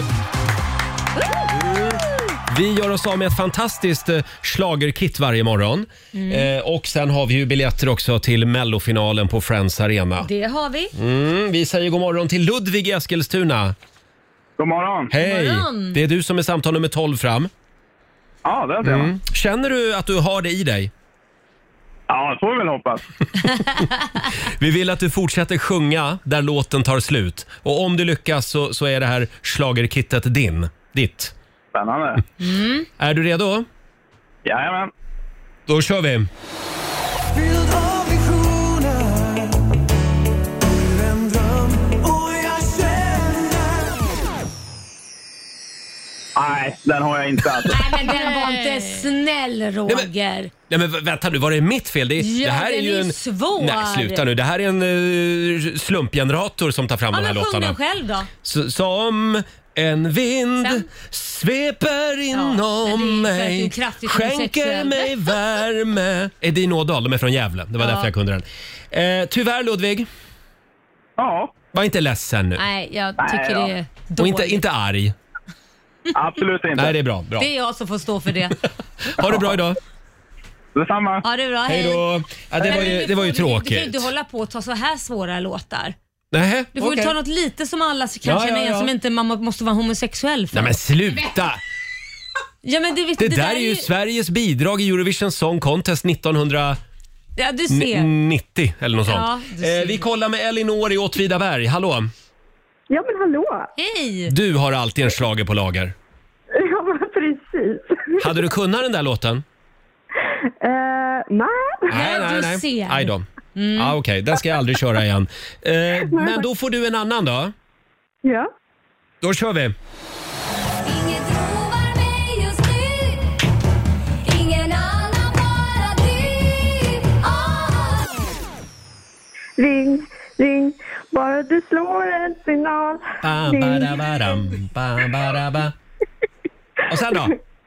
Vi gör oss av med ett fantastiskt eh, schlagerkit varje morgon. Eh, och sen har vi ju biljetter också till mellofinalen på Friends Arena. Det har vi. Mm, vi säger god morgon till Ludvig i Eskilstuna. God morgon. Hej! God morgon. Det är du som är samtal nummer tolv fram. Ja, det är det. Mm. Känner du att du har det i dig? Ja, det får vi väl hoppas. Vi vill att du fortsätter sjunga där låten tar slut. Och om du lyckas så, så är det här schlagerkittet din. Ditt. Spännande. Är du redo? Jajamän. Då kör vi. Nej, den har jag inte alltså. Nej, men den var inte snäll, Roger. Nej men vä- vänta nu, var det mitt fel? Det, Ja, det här är den ju är en... svår. Nej, sluta nu. Det här är en uh, slumpgenerator som tar fram Ja, de här men sjung låtarna. den själv då. S- som en vind Sen? sveper inom men det är för att du är mig, kraftigt skänker homosexuell. mig värme. Edin Ådahl, de är från Gävle. Det var Ja. därför jag kunde den. Eh, tyvärr Ludvig, Ja, var inte ledsen nu. Nej, jag Nej, tycker ja. det är Och dåligt. inte, inte arg. absolut inte. Nej, det är bra. bra. Det är jag som får stå för det. Ha det bra idag. Detsamma. Ja, det är bra. Hej då. Ja, det, Men var du ju, det var ju får- Du, du kan ju tråkigt. inte hålla på och ta så här svåra låtar. Nähä, Du får okej. väl ta något lite som alla kan Ja, känna ja, igen, ja. som inte man må- måste vara homosexuell för. Nej men sluta! ja, men du vet, Det, där är ju Sveriges bidrag i Eurovision Song Contest nittonhundranittio Ja, du ser. eller något Ja, sånt. du ser. Eh, vi kollar med Elinor i Åtvidaberg. Hallå! Ja, men hallå. Hej! Du har alltid en schlager på lager. Ja, men precis. Hade du kunnat den där låten? Eh, nej. Nej, du ser. Aj då. Ja, okej, den ska jag aldrig köra igen. Eh, men då får du en annan då. Ja. Då kör vi. Inget rovar mig just nu. Ingen annan, bara du. Ah. Ring, ring. Bara du slår en signal. Ba, ba, da, ba, dam, ba, ba, da, ba. Och sen då?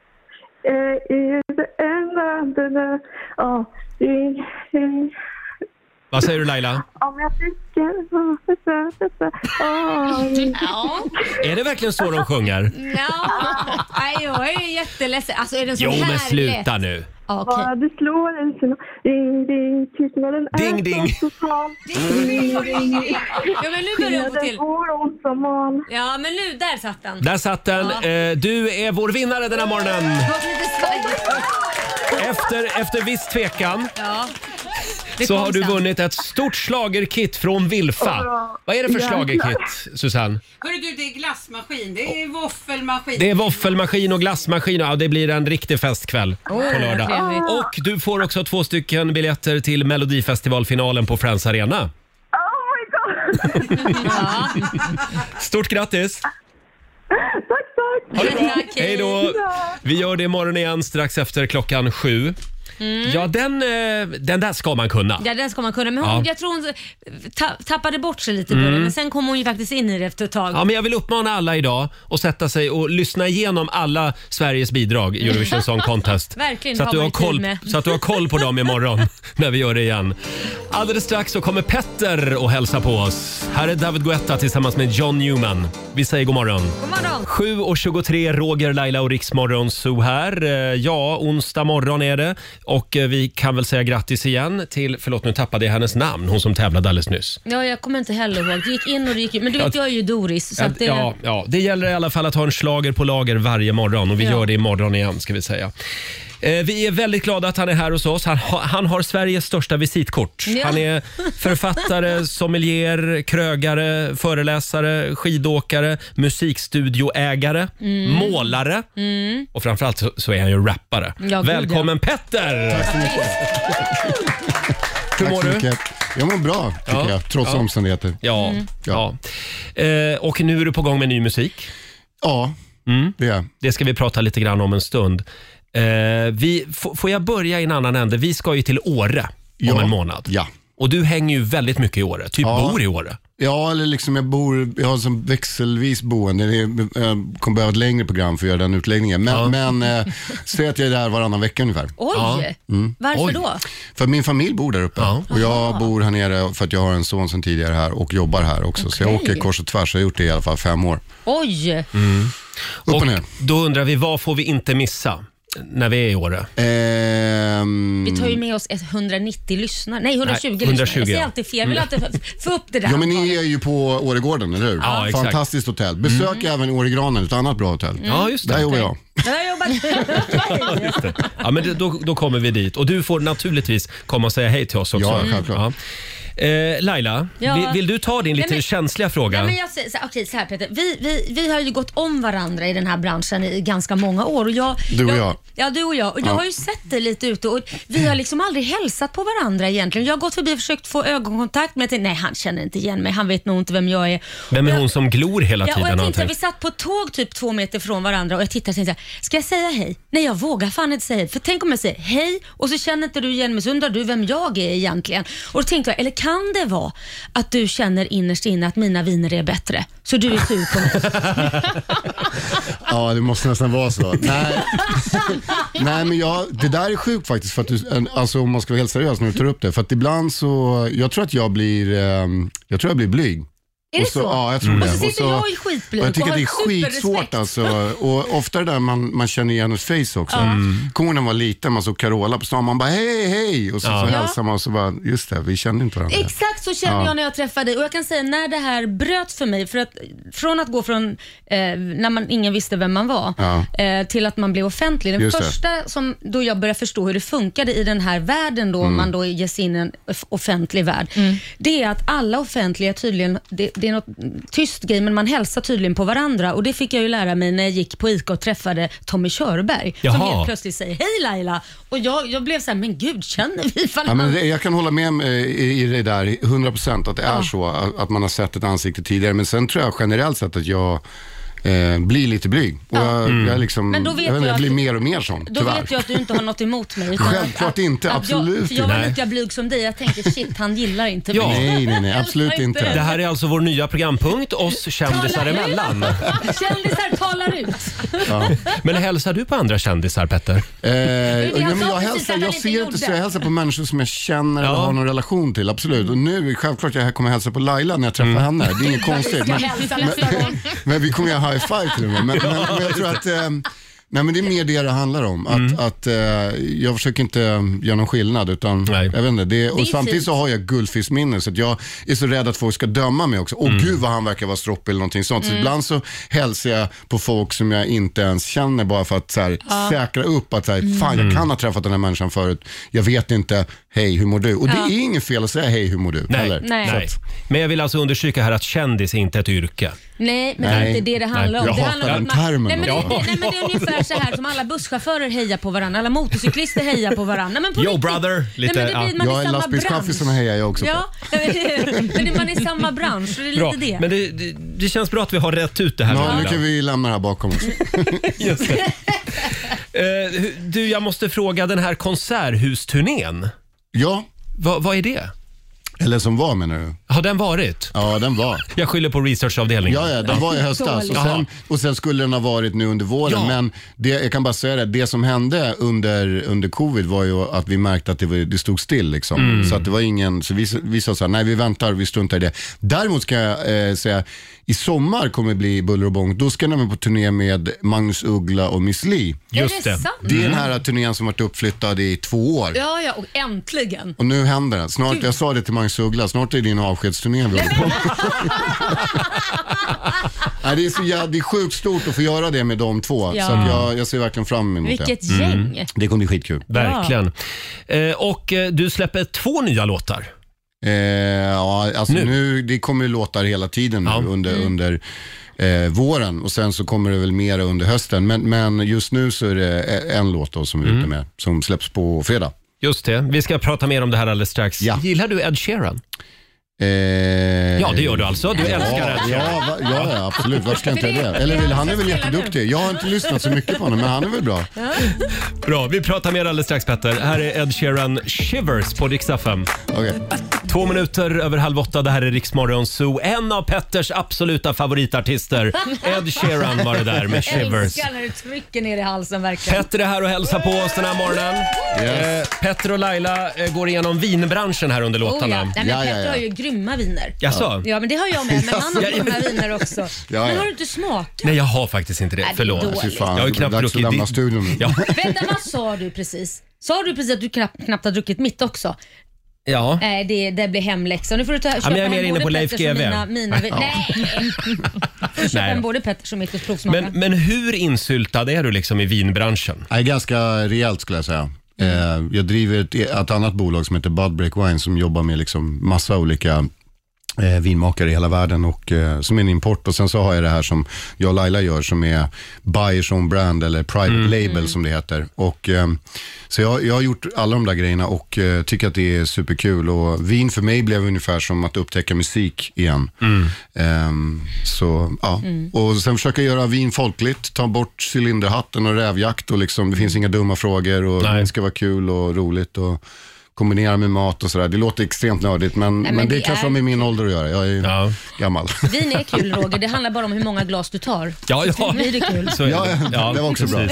Eh, i det enda, det där. Ja, ring, ring. Vad säger du Laila? Om jag tycker... Oh, detta, detta. Oh, ring. Ja. Är det verkligen så de sjunger? Ja. Nej, jag är ju jätteledsen. Alltså, är den så Jo här men sluta lätt? nu. Ja, okej. Bara du slår en signal. Ring, ring. Tystnaden är Ding, ding. så total. Ring, ring. Ja, men nu börjar jag få Den till. går ont som man. Ja, men nu, där satt den. Där satt den. Eh, du är vår vinnare den här morgonen. Det var lite svajigt. Efter, efter viss tvekan Ja. Det så kom har du sen. vunnit ett stort schlagerkit från Vilfa. Vad är det för schlagerkit, Susanne? Hörru du, det är glassmaskin, det är våffelmaskin. Det är våffelmaskin och glassmaskin. Ja, det blir en riktig festkväll på lördag. trevligt. Och du får också två stycken biljetter till Melodifestivalfinalen på Friends Arena. Oh my god! Ja. Stort grattis! Tack, tack! Ha det bra! Tack, hej. Hej då! Vi gör det imorgon igen strax efter klockan sju. Mm. Ja, den, eh, den där ska man kunna. Ja, den ska man kunna. Men hon, Ja. jag tror hon ta, tappade bort sig lite i början, Mm. men sen kom hon ju faktiskt in i det efter ett tag. Ja, men jag vill uppmana alla idag att sätta sig och lyssna igenom alla Sveriges bidrag i Eurovision Song Contest. Verkligen, så, att har du man har ju tid koll, med. så att du har koll på dem imorgon när vi gör det igen. Alldeles strax så kommer Petter och hälsa på oss. Här är David Guetta tillsammans med John Newman. Vi säger god morgon. God morgon. sju och tjugotre, Roger, Laila och Riksmorgon Zoo här. Eh, Ja, onsdag morgon är det. Och eh, vi kan väl säga grattis igen till, förlåt nu tappade jag hennes namn, hon som tävlade alldeles nyss. Ja, jag kommer inte heller ihåg. Det gick in och det gick ut. Men du vet, jag är ju Doris. Så Ja, att det... ja, ja, det gäller i alla fall att ha en slager på lager varje morgon och vi Ja. gör det imorgon igen ska vi säga. Eh, vi är väldigt glada att han är här hos oss. Han, ha- han har Sveriges största visitkort. Ja. Han är författare, sommelier, krögare, föreläsare, skidåkare, musikstudioägare, Mm. målare Mm. och framförallt så, så är han ju rappare. Ja, gud, Välkommen Petter! Tack så mycket. Hur Tack mår så du? mycket. Jag mår bra, tycker Ja. jag, trots Ja. omständigheter. Ja, Mm. ja. Eh, och nu är du på gång med ny musik. Ja, Mm. det är Det ska vi prata lite grann om en stund. Eh, vi, f- får jag börja i en annan ände? Vi ska ju till Åre om Ja. en månad. Ja. Och du hänger ju väldigt mycket i Åre. Typ Ja. bor i Åre. Ja, eller liksom jag bor, jag har som växelvis boende. Det är- Jag kommer behöva ett längre program för att göra den utläggningen. Men, Ja. men eh, säg att jag är där varannan vecka ungefär. Oj! Ja. Varför Oj. då? För min familj bor där uppe Ja. och jag bor här nere för att jag har en son som tidigare här och jobbar här också. Så jag Okej. åker kors och tvärs, jag har gjort det i alla fall fem år. Oj! Upp Och och ner. då undrar vi, vad får vi inte missa när vi är i Åre? Ehm, Vi tar ju med oss etthundranittio lyssnare. Nej, etthundratjugo Nej, hundratjugo, lyssnare. Jag säger ja. alltid fel. Jag vill alltid få- få upp det där Ja, men ni antalet. är ju på Åregården, eller hur? Ja, exakt. Fantastiskt hotell. Besök även Åregranen, ett annat bra hotell. Ja, just det. Där jobbar jag. Jag har jobbat. Just det. Ja, men det- då, då kommer vi dit. Och du får naturligtvis komma och säga hej till oss också. Ja, självklart. Ja. Eh, Laila, Ja. vill, vill du ta din lite Nej, men- känsliga fråga? Ja, men jag säger, så, okej, så här Peter. Vi, vi, vi har ju gått om varandra i den här branschen i ganska många år. Och jag, Du och jag. Ja, du och jag. Och jag Ja. har ju sett det lite ute och vi har liksom aldrig hälsat på varandra egentligen. Jag har gått förbi och försökt få ögonkontakt men jag tänkte, nej han känner inte igen mig. Han vet nog inte vem jag är. Vem är Och jag- hon som glor hela Ja, och tiden? jag har han tänkte, vi tänkt? satt på ett tåg typ två meter från varandra och jag tittade och tänkte, så här, ska jag säga hej? Nej, jag vågar fan inte säga hej. För tänk om jag säger hej och så känner inte du igen mig, så undrar du vem jag är egentligen. Och då tänkte jag, eller kan det vara att du känner innerst inne att mina viner är bättre? Så du är sur på mig? Ja, det måste nästan vara så. Nej, Nej men jag, det där är sjukt faktiskt. För att du, alltså, om man ska vara helt seriös när du tar upp det. För att ibland så, jag tror att jag blir, ehm, jag tror jag blir blyg. Är det Och så? Ja, jag tror Och det. så sitter jag i skitblyg och jag tycker och att det är har skitsvårt superrespekt. alltså. Och ofta det där man, man känner igen ett face också. Mm. Kommer när man var liten, man såg Carola på stan, man bara hej, hej. Och så, Ja. så Ja. hälsar man och så bara, just det, vi kände inte varandra. Exakt så känner Ja. jag när jag träffade dig och jag kan säga när det här bröt för mig, för att från att gå från eh, när man ingen visste vem man var Ja. eh, till att man blev offentlig. Den Just det. första som då jag började förstå hur det funkade i den här världen då, om man då ger sig in i en off- offentlig värld, det är att alla offentliga tydligen, det, det är något tyst grej, men man hälsar tydligen på varandra och det fick jag ju lära mig när jag gick på ICA och träffade Tommy Körberg som Jaha. helt plötsligt säger hej Laila och jag, jag blev så här, men gud känner vi fan Ja, men det, jag kan hålla med eh, i, i det där hundra procent att det är Ja. så att, att man har sett ett ansikte tidigare. Men sen tror jag generellt sett att jag eh, blir lite blyg. Och jag, Mm. jag, liksom, Men då jag, vet vet inte, jag jag blir att- mer och mer sån, Då tyvärr. vet jag att du inte har något emot mig. utan Självklart att, inte, att absolut jag, för jag var inte. lika blyg som dig. Jag tänkte shit, han gillar inte Ja. mig. Nej, nej, nej, absolut Jag inte. Det här är alltså vår nya programpunkt, oss kändisar Talar ut. emellan. Kändisar talar ut. Ja. Men hälsar du på andra kändisar, Petter? Eh, jag ja, men sa jag precis hälsar, att han jag inte ser gjorde. inte så, jag hälsar på människor som jag känner Ja. eller har någon relation till, absolut. Och nu, självklart, jag kommer hälsa på Laila när jag träffar henne. Det är inget konstigt. Ska Men, hälsa nästa gång. men vi kommer göra high five till och med. Men, men, men jag tror att eh, nej, men det är mer det det handlar om. Att, Mm. att, eh, jag försöker inte eh, göra någon skillnad. Utan, Nej. jag vet inte, det, Det och är samtidigt fint. så har jag guldfiskminne. Så att jag är så rädd att folk ska döma mig också. Åh Mm. gud vad han verkar vara stroppig eller någonting sånt. Så ibland så hälsar jag på folk som jag inte ens känner. Bara för att så här, säkra upp att så här, fan jag kan ha träffat den här människan förut. Jag vet inte, hej hur mår du? Och det Ja. är inget fel att säga hej hur mår du. Nej, Eller? Nej. Så nej. att- Men jag vill alltså understryka här att kändis är inte ett yrke. Nej, men det är Nej. inte det det handlar Nej. om. Jag Det handlar hatar om den att man- termen Nej, men det, också. nej, men det är ungefär så här som alla busschaufförer hejar på varandra, alla motorcyklister hejar på varandra. Men på Yo, riktigt. brother. Lite, nej, men det ja. blir, man Jag är är samma lastbilschaffis som bransch. hejar jag också på. Ja, men det- man är i samma bransch, så det är lite Bra. det. Men det, det, det känns bra att vi har rätt ut det här. Ja, med nu Laila. kan vi lämna det här bakom oss. Just det. Eh, du, jag måste fråga, den här konserthusturnén. Ja. Va, vad är det? Eller som var, menar du? Har den varit? Ja, den var. Jag skyller på researchavdelningen. Ja, ja, den var i höstas och sen, och sen skulle den ha varit nu under våren. Ja. Men det, jag kan bara säga det, det som hände under, under covid var ju att vi märkte att det, var, det stod still liksom. Mm. Så att det var ingen, så vi, vi sa så här, nej vi väntar, vi struntar i det. Däremot ska jag eh, säga, i sommar kommer det bli buller och bång. Då ska jag nämligen på turné med Magnus Uggla och Miss Li. Just Är det det. sant? Det är den här turnén som varit uppflyttad i två år. Ja, ja, och äntligen. Och nu händer det. Snart, jag sa det till Magnus Uggla, snart är din avskedsturné vi håller på. Nej, det är så jävla, det är sjukt stort att få göra det med de två. Ja. Så att jag, jag ser verkligen fram emot Vilket det. gäng. Det kommer bli skitkul. Verkligen. Eh, och eh, du släpper två nya låtar. Eh, ja, alltså Nu. nu. det kommer ju låtar hela tiden nu Ja. under, Mm. under eh, våren och sen så kommer det väl mera under hösten. Men, men just nu så är det en låt då som vi är ute med, som släpps på fredag. Just det. Vi ska prata mer om det här alldeles strax. Ja. Gillar du Ed Sheeran? Eh, Ja, det gör du alltså. Du älskar Ed ja, Sheeran. ja, va, ja, ja, absolut. Varför ska jag inte För det? det- Eller vill, han är väl det- jätteduktig. Jag har inte lyssnat så mycket på honom, men han är väl bra. Bra, vi pratar mer alldeles strax, Petter. Här är Ed Sheeran, Shivers på Rix F M. Okay. Två minuter över halv åtta, det här är Rix Morgon Zoo. En av Petters absoluta favoritartister, Ed Sheeran, var det där med Shivers. Älskar när du trycker ner i halsen verkligen. Petter är här och hälsar på oss den här morgonen. Yes. Eh, Petter och Laila eh, går igenom vinbranschen här under Oh, låtarna. ja. Nej, men Ja, ja, Petter ja. har ju grymma viner. Jaså? Ja, men det har jag med. Men han har Ja, ja. grymma viner också. ja. Men har du inte smakat? Nej, jag har faktiskt inte det. Nej, det är Förlåt. dåligt. Fy fan, Jag har ju knappt dags att druckit lämna di- studion nu. Ja. Vänta, vad sa du precis? Sa du precis att du knappt, knappt har druckit mitt också? ja. Nej, det, det blir hemläxa. Nu får du ta, köpa men jag är mer hem inne både på Leif Petters och G W. Mina, mina, vi- nej! Får du köpa Nej. hem både Petters och mitt och provsmaka. Men, men hur insyltad är du liksom i vinbranschen? Nej, ganska rejält skulle jag säga. Eh, jag driver ett, ett annat bolag som heter Budbreak Wine som jobbar med liksom massa olika eh, vinmakare i hela världen och eh, som är en import. Och sen så har jag det här som jag och Laila gör som är Buyers Own Brand eller Private Label som det heter. Och, eh, så jag, jag har gjort alla de där grejerna och eh, tycker att det är superkul. Och vin för mig blev ungefär som att upptäcka musik igen. Ehm, så ja, och sen försöka göra vin folkligt, ta bort cylinderhatten och rävjakt och liksom, det finns inga dumma frågor och Nej. det ska vara kul och roligt och kombinera med mat och sådär. Det låter extremt nördigt men, Nej, men, men det, det kanske är- har med min ålder att göra. Jag är ju Ja. gammal. Vin är kul Roger, det handlar bara om hur många glas du tar. Ja, ja. Så blir det kul. Så är Ja, det. ja, det var också bra.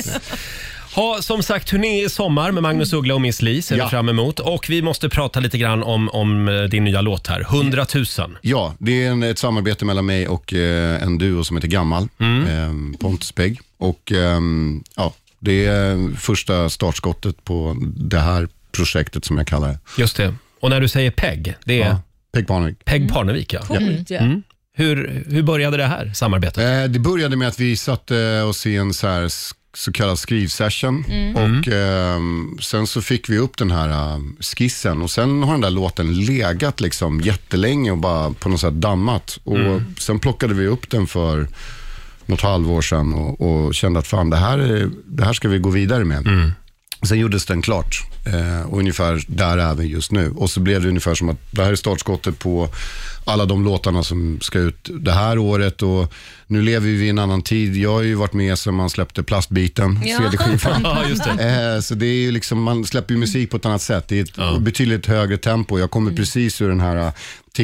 Ha, som sagt, turné i sommar med Magnus Uggla och Miss Li ser Ja. vi fram emot. Och vi måste prata lite grann om, om eh, din nya låt här, hundratusen. Ja, det är en, ett samarbete mellan mig och eh, en duo som heter Gammal, eh, Pontus Pegg. Och ehm, ja, det är första startskottet på det här projektet som jag kallar det. Just det. Och när du säger Pegg, det är Ja, Pegg Parnevik. Pegg Parnevik, ja. Coolt ju. Mm. Hur, hur började det här samarbetet? Eh, det började med att vi satte oss i en så, här, s- så kallad skrivsession och ehm, sen så fick vi upp den här eh, skissen och sen har den där låten legat liksom jättelänge och bara på något sätt dammat och sen plockade vi upp den för något halvår sedan och, och kände att fan det här, är, det här ska vi gå vidare med. Sen gjordes den klart eh, och ungefär där är vi just nu. Och så blev det ungefär som att det här är startskottet på alla de låtarna som ska ut det här året och nu lever vi i en annan tid. Jag har ju varit med sedan man släppte Plastbiten, Ja. C D-skivan. Ja, just det. Eh, så det är ju liksom, man släpper ju musik på ett annat sätt. Det är ett betydligt högre tempo. Jag kommer precis ur den här eh,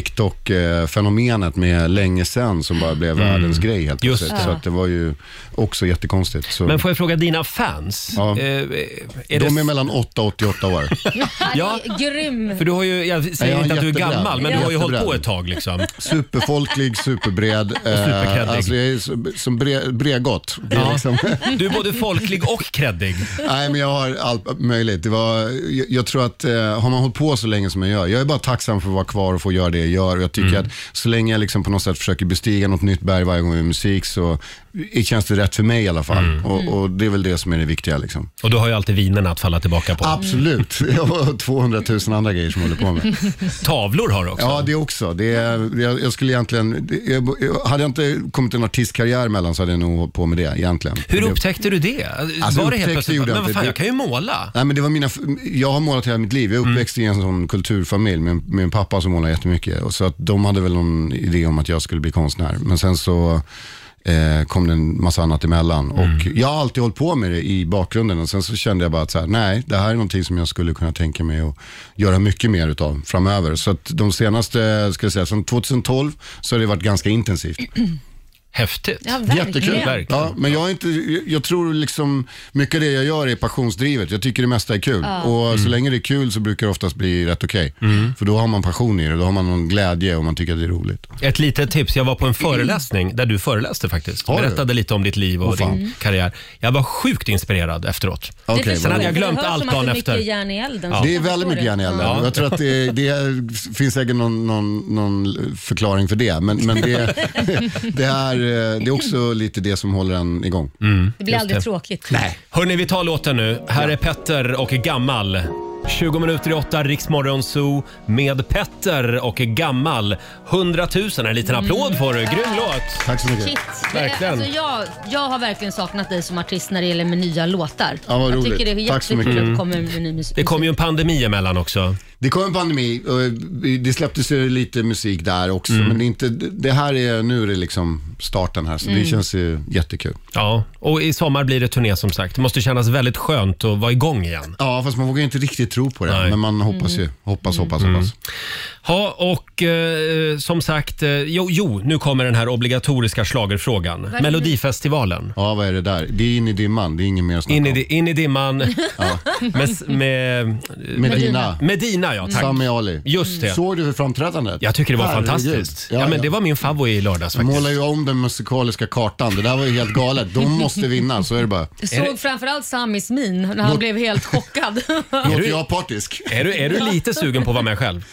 TikTok-fenomenet med länge sedan som bara blev världens grej helt Just plötsligt. det. Så att det var ju också jättekonstigt. Så Men får jag fråga dina fans? Ja. Eh, är de det, är mellan åtta och åttioåtta år. Ja. Han är grym. för du har ju, jag säger Jag är inte att du är jättebred. gammal, men du har ju Jättebred. hållit på ett tag liksom. Superfolklig, superbred. superkreddig. Eh, alltså jag är så- som bre, bregott. Det är Ja. liksom, Du är både folklig och kreddig. nej, men jag har allt möjligt. Det var, jag, jag tror att eh, har man hållit på så länge som jag gör, jag är bara tacksam för att vara kvar och få göra det jag gör. Och jag tycker att så länge jag liksom på något sätt försöker bestiga något nytt berg varje gång jag gör musik så det känns det rätt för mig i alla fall. Och, och det är väl det som är det viktiga liksom. Och du har ju alltid vinerna att falla tillbaka på. Absolut. Jag har tvåhundratusen andra grejer som jag håller på med. Tavlor har du också. Ja, det också. Det är, jag, jag skulle egentligen, det- jag, jag, hade jag inte kommit en artistkarriär mellan så hade jag nog hållit på med det egentligen. Hur det, upptäckte du det? Alltså, Var det helt upptäckte plötsligt? gjorde jag Men vad inte. fan, Det- jag kan ju måla. Nej, men det var mina, jag har målat hela mitt liv. Jag är uppväxt i en sån kulturfamilj med, med en pappa som målar jättemycket. Och så att de hade väl någon idé om att jag skulle bli konstnär. Men sen så eh, kom det en massa annat emellan. Mm. Och jag har alltid hållit på med det i bakgrunden och sen så kände jag bara att så här, nej, det här är någonting som jag skulle kunna tänka mig att göra mycket mer utav framöver. Så att de senaste, ska jag säga, sedan tjugohundratolv så har det varit ganska intensivt. Häftigt. Ja, verkligen. Jättekul. Verkligen. Ja, men jag, är inte, jag tror liksom mycket av det jag gör är passionsdrivet. Jag tycker det mesta är kul. Ja. Och Mm. så länge det är kul så brukar det oftast bli rätt okej. För då har man passion i det. Då har man någon glädje och man tycker att det är roligt. Ett litet tips. Jag var på en föreläsning där du föreläste faktiskt. Har du? Berättade lite om ditt liv och Åh, fan. din karriär. Jag var sjukt inspirerad efteråt. Okej, Det vad Sen hade bra. jag glömt Det hörs allt som att dagen det är efter. mycket järn i elden. Ja. så Det är jag väldigt förstår mycket det. järn i elden. Ja. Jag tror att det, det finns säkert någon, någon, någon förklaring för det. Men, men det, det, är, det är också lite det som håller en igång. Det blir Just aldrig det. tråkigt. Nej. Hörrni, vi tar låten nu. Här är Petter och Gammal. tjugo minuter i åtta, Rix Morgon Zoo med Petter och Gammal. hundratusen, en liten applåd för det. Grym låt. Tack så mycket. Shit. Det är, Verkligen. alltså jag, jag har verkligen saknat dig som artist när det gäller med nya låtar. Ja, vad jag roligt. tycker det är Tack så jättekul mycket. att det kommer med ny musik. Det kom ju en pandemi emellan också. Det kom en pandemi och det släpptes ju lite musik där också. Men det, är inte, det här är, nu är det liksom starten här. Så det känns ju jättekul. Ja, och i sommar blir det turné som sagt. Det måste kännas väldigt skönt att vara igång igen. Ja, fast man vågar inte riktigt tro på det. Nej. Men man hoppas ju. Hoppas, hoppas, hoppas. Ja, och eh, som sagt, eh, jo, jo, nu kommer den här obligatoriska schlagerfrågan. är det? Melodifestivalen. Ja, vad är det där? Det är in i dimman. Det är inget mer att snacka In i, om. di- in i dimman med, med Medina. Medina, ja tack. Sami Ali. Just det. Såg du framträdandet? Jag tycker det var Herregud. fantastiskt. Ja, Ja, men ja. det var min favorit i lördags De faktiskt. målar ju om den musikaliska kartan. Det där var ju helt galet. De måste vinna, så är det bara. Jag såg framförallt Samis min när han Låt- blev helt chockad. Låter du- jag partisk? Är du, är du lite sugen på att vara med själv?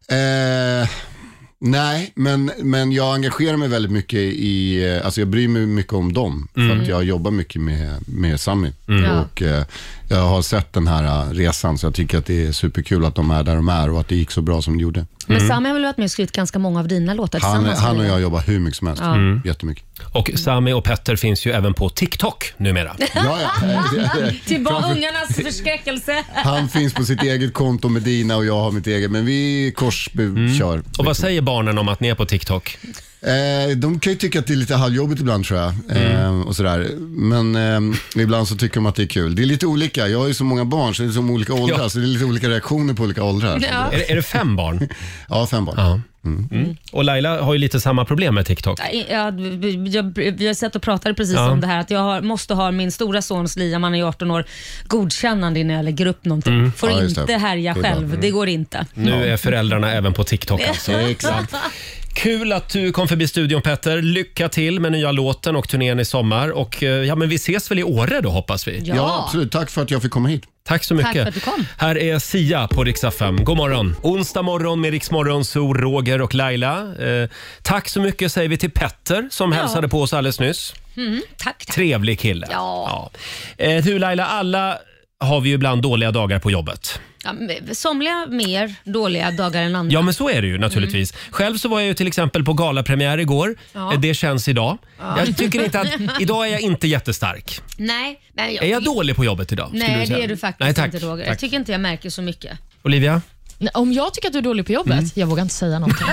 Eh, nej, men, men jag engagerar mig väldigt mycket i, eh, alltså jag bryr mig mycket om dem. För att jag jobbar mycket med, med Sami. Och eh, jag har sett den här eh, resan, så jag tycker att det är superkul att de är där de är och att det gick så bra som det gjorde. Men Sami har väl varit med och skrivit ganska många av dina låtar Han, tillsammans? han och eller? jag jobbar hur mycket som helst. Ja. Jättemycket. Och Sami och Petter finns ju även på TikTok numera. Ja, ja. Till barn, ungarnas förskräckelse. Han finns på sitt eget konto med Dina och jag har mitt eget. Men vi kors kör. Och vad säger barnen om att ni är på TikTok? Eh, de kan ju tycka att det är lite halvjobbigt ibland, tror jag. Eh, och sådär. Men eh, ibland så tycker de att det är kul. Det är lite olika. Jag har ju så många barn, så det är så olika åldrar. Ja. Så det är lite olika reaktioner på olika åldrar. Ja. Är, det- är det fem barn? Ja, fem barn. Ja. Mm. Och Laila har ju lite samma problem med TikTok. Ja, vi, jag, vi har sett och pratade precis Ja. om det här att jag har, måste ha min stora sons Liam, han är arton år, godkännande innan jag lägger upp någonting. Får Ja, just det. inte härja Det är bra. själv, det går inte. Nu är föräldrarna även på TikTok alltså. Exakt. Kul att du kom förbi studion Petter. Lycka till med nya låten och turnén i sommar. Och eh, ja, men vi ses väl i Åre då, hoppas vi. Ja. Ja, absolut. Tack för att jag fick komma hit. Tack så mycket. Tack för att du kom. Här är Sia på Rix F M. God morgon. Onsdag morgon med Rix Morgon, så Roger och Laila. Eh, tack så mycket säger vi till Petter som Ja. hälsade på oss alldeles nyss. Mm, tack, tack. Trevlig kille. Ja. Ja. Eh, du Laila, alla har vi ju ibland dåliga dagar på jobbet. Ja, men somliga mer dåliga dagar än andra. Ja, men så är det ju naturligtvis. Själv så var jag ju till exempel på galapremiär igår. Ja. Eh, Det känns idag. Jag tycker inte att... Idag är jag inte jättestark. Nej, men jag, Är jag dålig på jobbet idag? skulle Nej, säga? det är du faktiskt Nej, tack. inte, Roger. Tack. Jag tycker inte jag märker så mycket. Olivia? Nej, Om jag tycker att du är dålig på jobbet, jag vågar inte säga någonting.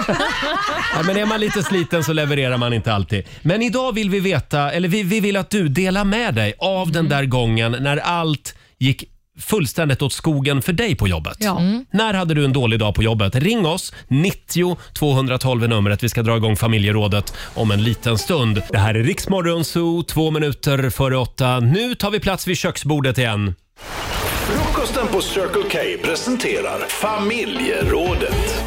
Ja, men är man lite sliten så levererar man inte alltid. Men idag vill vi veta, eller vi, vi vill att du delar med dig av den där gången när allt gick fullständigt åt skogen för dig på jobbet. Ja. Mm. När hade du en dålig dag på jobbet? Ring oss, nittio tvåhundratolv är numret. Vi ska dra igång familjerådet om en liten stund. Det här är Rix Morgon Zoo, två minuter före åtta. Nu tar vi plats vid köksbordet igen. Frukosten på Circle K presenterar familjerådet.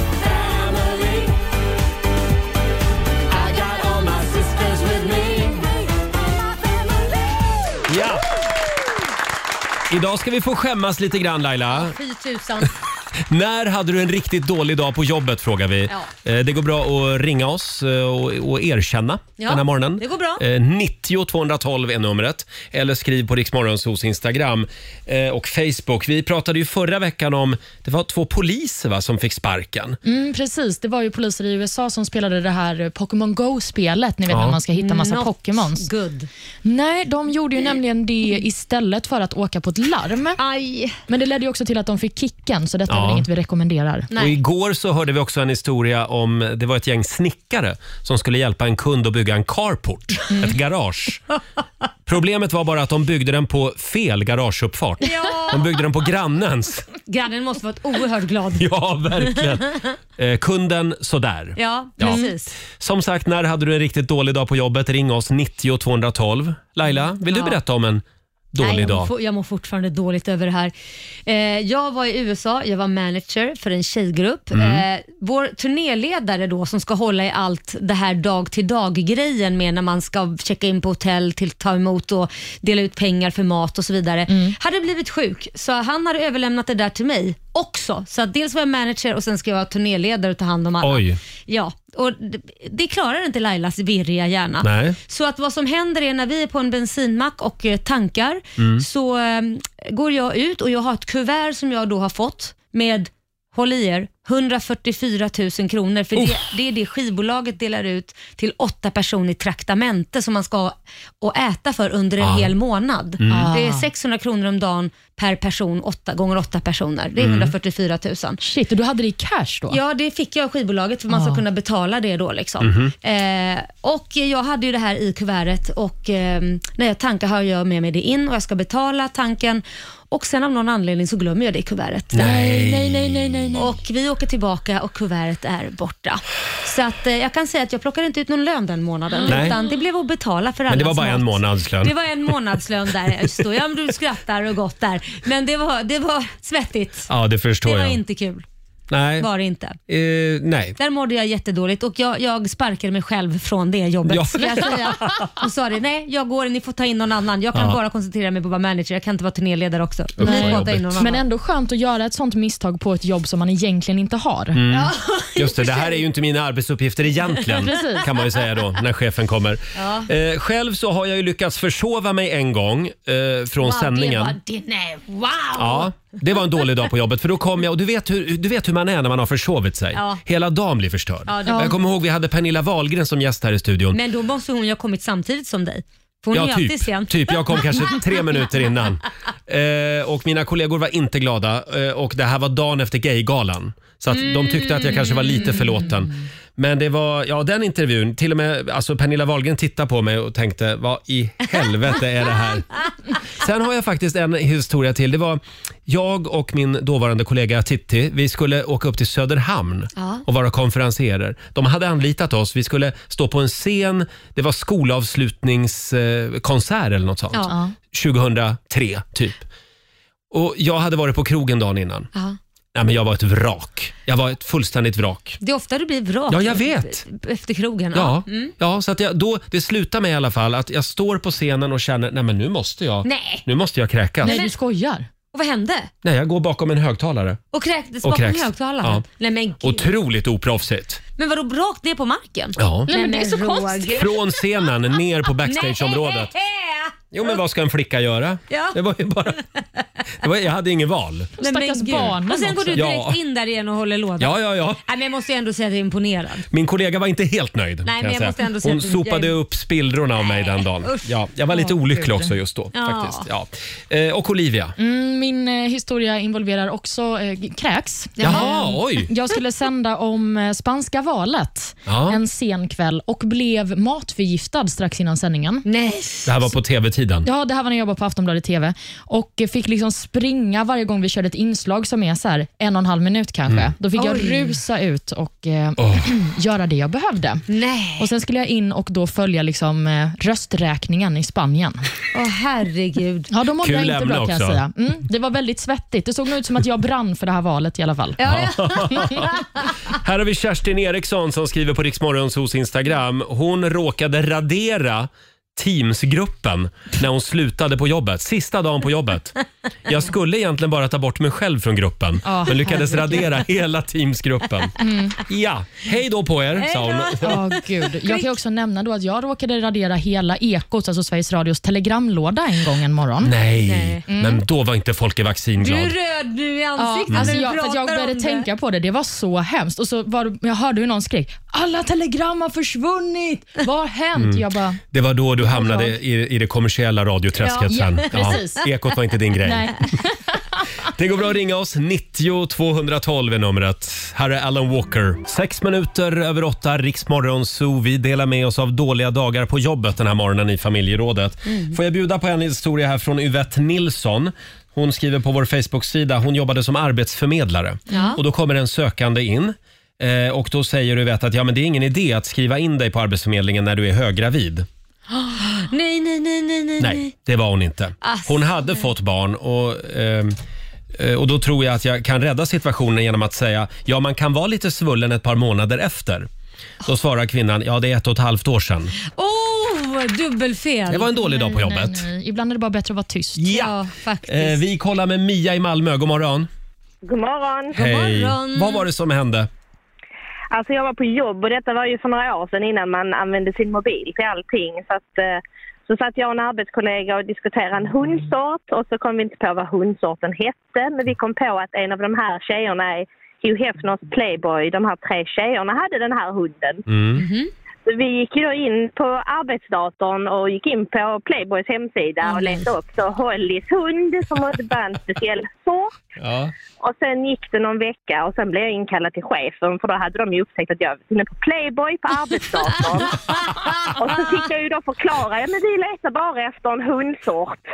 Ja! Idag ska vi få skämmas lite grann, Laila. Fy tusan. När hade du en riktigt dålig dag på jobbet, frågar vi. Ja. Eh, Det går bra att ringa oss eh, och, och erkänna Ja, den här morgonen. det går bra. Eh, nittio tvåhundratolv är numret. Eller skriv på Rix Morgonzoos Instagram eh, och Facebook. Vi pratade ju förra veckan om, det var två poliser va, som fick sparken. Mm, precis, det var ju poliser i U S A som spelade det här Pokémon Go-spelet. Ni vet Ja. när man ska hitta massa Not Pokémons. good. Nej, de gjorde ju nämligen det istället för att åka på ett larm. Aj. Men det ledde ju också till att de fick kicken, så detta Ja. väl inget vi rekommenderar. Och igår så hörde vi också en historia om, det var ett gäng snickare som skulle hjälpa en kund att bygga en carport, Mm. ett garage. Problemet var bara att de byggde den på fel garageuppfart. Ja. De byggde den på grannens. Grannen måste varit oerhört glad. Ja, verkligen. Eh, kunden sådär. Ja, precis. Som sagt, när hade du en riktigt dålig dag på jobbet? Ring oss nittio tvåhundratolv. Laila, vill du Ja. berätta om en dålig Nej, jag, dag? mår, for- jag mår fortfarande dåligt över det här. Eh, jag var i U S A, jag var manager för en tjejgrupp. Mm. Eh, vår turnéledare då som ska hålla i allt det här dag till dag-grejen med när man ska checka in på hotell, till ta emot och dela ut pengar för mat och så vidare, hade blivit sjuk. Så han hade överlämnat det där till mig också. Så att dels var jag manager och sen ska jag vara turnéledare och ta hand om alla. Oj. Ja, och det, det klarar inte Lailas virriga hjärna. Nej. Så att vad som händer är när vi är på en bensinmack och eh, tankar Mm. så eh, går jag ut och jag har ett kuvert som jag då har fått med, håll i er, hundrafyrtiofyra tusen kronor. För det, det är det skivbolaget delar ut till åtta personer i traktamente som man ska ha och äta för under en Ah. hel månad. Mm. Det är Ah. sexhundra kronor om dagen per person, åtta gånger åtta personer. Det är Mm. hundrafyrtiofyra tusen. Shit, och du hade det i cash då? Ja, det fick jag av skivbolaget för man ska Ah. kunna betala det då. Liksom. Mhm. Eh, och jag hade ju det här i kuvertet och eh, när jag tankar har jag med mig det in och jag ska betala tanken och sen av någon anledning så glömmer jag det i kuvertet. Nej. nej, nej, nej, nej, nej. Och vi åker tillbaka och kuvertet är borta. Så att eh, jag kan säga att jag plockade inte ut någon lön den månaden Nej. utan det blev att betala för alla. Men det var bara en månadslön. Det var en månadslön där. Jag står, ja, men du skrattar och gott där. Men det var, det var svettigt. Ja, det förstår Det var jag. inte kul. Nej. Var det inte. Eh, nej. Där mådde jag jättedåligt och jag, jag sparkade mig själv från det jobbet. Ja. Ska jag säga. Och sa det, nej jag går, ni får ta in någon annan. Jag kan Ja. bara koncentrera mig på att vara manager. Jag kan inte vara turnéledare också. Usch, Ni vad får ta jobbigt. in någon annan. Men ändå skönt att göra ett sånt misstag på ett jobb som man egentligen inte har. Mm. Just det, det här är ju inte mina arbetsuppgifter egentligen, Precis. kan man ju säga då när chefen kommer. Ja. Eh, själv så har jag ju lyckats försova mig en gång eh, från wow, sändningen. Det var, det, nej, wow! Ja, det var en dålig dag på jobbet för då kom jag och du vet hur, du vet hur man är när man har försovit sig. Ja. Hela dagen blir förstörd. Ja, det- Jag kommer ihåg vi hade Pernilla Wahlgren som gäst här i studion. Men då måste hon ju ha kommit samtidigt som dig. För hon är Ja, ju typ, alltid sen. typ. Jag kom kanske tre minuter innan. Eh, och mina kollegor var inte glada. Eh, och det här var dagen efter Gaygalan. Så att de tyckte att jag kanske var lite förlåten. Men det var, ja den intervjun, till och med alltså Pernilla Wahlgren tittade på mig och tänkte, vad i helvete är det här? Sen har jag faktiskt en historia till. Det var jag och min dåvarande kollega Titti, vi skulle åka upp till Söderhamn Ja. och vara konferenserer. De hade anlitat oss, vi skulle stå på en scen, det var skolavslutningskonsert eller något sånt. Ja. tjugohundratre typ. Och jag hade varit på krogen dagen innan. Ja. Nej, men jag var ett vrak. Jag var ett fullständigt vrak. Det är ofta du blir vrak. Ja, jag vet. Efter krogen. Ja, Mm. ja så att jag, då, det slutar med i alla fall att jag står på scenen och känner, nej men nu måste jag, Nej. nu måste jag kräkas. Nej, du skojar. Och vad hände? Nej, jag går bakom en högtalare. Och kräktes Och bakom kräks. högtalaren? Ja. Nej men gud. Otroligt oproffsigt. Men vadå, rakt ner på marken? Ja. Nej, men det är så konstigt. Från scenen ner på backstageområdet. Jo, men vad ska en flicka göra? Ja. Det var ju bara... Det var, jag hade ingen val. Nej, men Stackars gud. barnen Och sen går också. du direkt Ja. in där igen och håller låda. Ja, ja, ja. Nej, men jag måste ju ändå säga att jag är imponerad. Min kollega var inte helt nöjd. Nej, kan men jag säga. måste ändå säga Hon att jag sopade är- upp spillrorna av mig den dagen. usch. Ja, jag var lite Åh, olycklig Gud. också just då. Ja. Faktiskt. Ja. Eh, och Olivia. Mm, min eh, historia involverar också eh, kräks. Jaha, oj. Jag skulle sända om eh, spanska valet Ja. en sen kväll och blev matförgiftad strax innan sändningen. Nej. Det här var på tv-tiden. Ja, det här var när jag jobbade på Aftonbladet T V och eh, fick liksom springa varje gång vi körde ett inslag som är så här en och en halv minut kanske. Mm. Då fick jag Oj. rusa ut och eh, Åh. göra det jag behövde. Nej. Och Sen skulle jag in och då följa liksom, eh, rösträkningen i Spanien. Åh herregud. Ja, då mådde Kul jag inte ämne bra kan jag också. säga. Mm, det var väldigt svettigt. Det såg nog ut som att jag brann för det här valet i alla fall. Ja, ja. Här har vi Kerstin Eriksson som skriver på Riksmorgonsos Instagram. Hon råkade radera Teamsgruppen när hon slutade på jobbet. Sista dagen på jobbet. Jag skulle egentligen bara ta bort mig själv från gruppen, Ja, men lyckades herregud. radera hela Teamsgruppen. Ja, hej då på er, sa hon. Ja, gud. Jag kan ju också nämna då att jag råkade radera hela Ekot, alltså Sveriges Radios telegramlåda en gång en morgon. Nej, Nej. men då var inte folk i Du vaccinglad. är röd nu i Ja, ansiktet alltså när du jag, för att pratar jag började om det. tänka på det, det var så hemskt. Och så var, jag hörde hur någon skrek, alla telegram har försvunnit, vad har hänt? Mm. Jag bara, Det var då du hamnade i, i det kommersiella radioträsket Ja, sen. ja, precis. Ekot var inte din grej. nej. Det går bra att ringa oss. nittio tvåhundratolv är numret. Här är Alan Walker. Sex minuter över åtta, Riksmorgon Zoo. Vi delar med oss av dåliga dagar på jobbet den här morgonen i familjerådet. Mm. Får jag bjuda på en historia här från Yvette Nilsson. Hon skriver på vår Facebook-sida. Hon jobbade som arbetsförmedlare. Ja. Och då kommer en sökande in. Eh, och då säger Yvette att ja, men det är ingen idé att skriva in dig på Arbetsförmedlingen när du är höggravid. Nej, nej, nej, nej, nej. Nej, det var hon inte. Hon hade fått barn och, eh, och då tror jag att jag kan rädda situationen genom att säga ja, man kan vara lite svullen ett par månader efter. Då svarar kvinnan, ja det är ett och ett halvt år sedan. Oh, dubbelfel. Det var en dålig nej, dag på jobbet. Nej, nej. Ibland är det bara bättre att vara tyst. Ja, ja faktiskt. Eh, vi kollar med Mia i Malmö, god morgon. God morgon. Hej. God morgon. Vad var det som hände? Alltså jag var på jobb och detta var ju för några år sedan innan man använde sin mobil till allting. Så, att, eh, så satt jag och en arbetskollega och diskuterade en hundsort och så kom vi inte på vad hundsorten hette. Men vi kom på att en av de här tjejerna är Hugh Hefners Playboy. De här tre tjejerna hade den här hunden. Mm. Mm-hmm. Så vi gick ju då in på arbetsdatorn och gick in på Playboys hemsida och letade upp så Hollys hund som var bara en speciell sort. Ja. Och sen gick det någon vecka och sen blev jag inkallad till chefen för då hade de ju upptäckt att jag var inne på Playboy på arbetsdatorn. Och så fick jag ju då förklara, ja men vi letar bara efter en hundsort.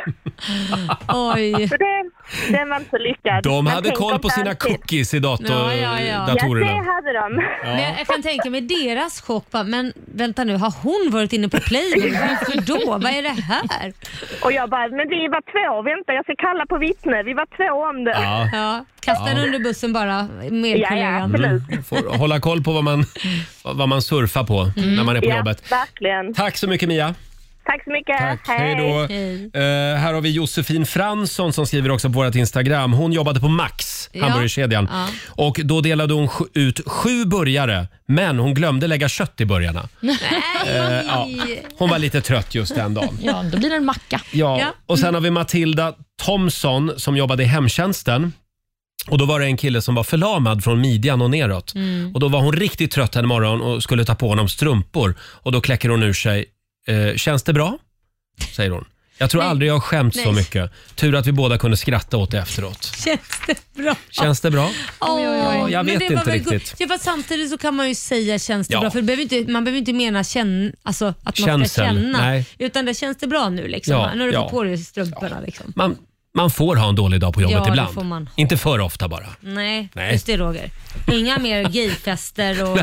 Oj. Så det, den var inte så lyckad. De hade koll på sina cookies i dator, ja, ja, ja. datorerna. Ja, det hade de. Ja. Men jag kan tänka mig deras chock, men vänta nu, har hon varit inne på Playboy? Varför då? Vad är det här? Och jag bara, men vi var två, vänta jag ska kalla på vittne, vi var två om det. Ja. Ja. Kasta den ja. under bussen bara med ja, kollegan. Ja, mm. Får hålla koll på vad man, vad man surfar på mm. när man är på ja, jobbet. Verkligen. Tack så mycket Mia. Tack så mycket. Tack. Hej. Hej då. Hej. Uh, här har vi Josefin Fransson som skriver också på vårt Instagram. Hon jobbade på Max, ja. hamburgerkedjan. Ja. Och då delade hon ut sju burgare, men hon glömde lägga kött i burgarna. Nej. Uh, ja. Hon var lite trött just den dagen. Ja, då blir det en macka. Ja. ja. Och sen har vi Matilda Thomson som jobbade i hemtjänsten. Och då var det en kille som var förlamad från midjan och neråt. Mm. Och då var hon riktigt trött en morgon och skulle ta på honom strumpor. Och då kläcker hon ur sig. Eh, känns det bra? Säger hon. Jag tror Nej. aldrig jag har skämt Nej. så mycket. Tur att vi båda kunde skratta åt det efteråt. Känns det bra? Känns det bra? Oh, ja, jag vet inte riktigt. Ja, fast samtidigt så kan man ju säga känns det ja. bra. För det behöver inte, man behöver inte mena känn, alltså, att man Känsel. ska känna. Nej. Utan det känns det bra nu liksom. Ja, när du ja. får på dig strumporna liksom. Man, man får ha en dålig dag på jobbet ja, ibland. Får man. Inte för ofta bara. Nej, Nej. just det Roger. Inga mer gayfester och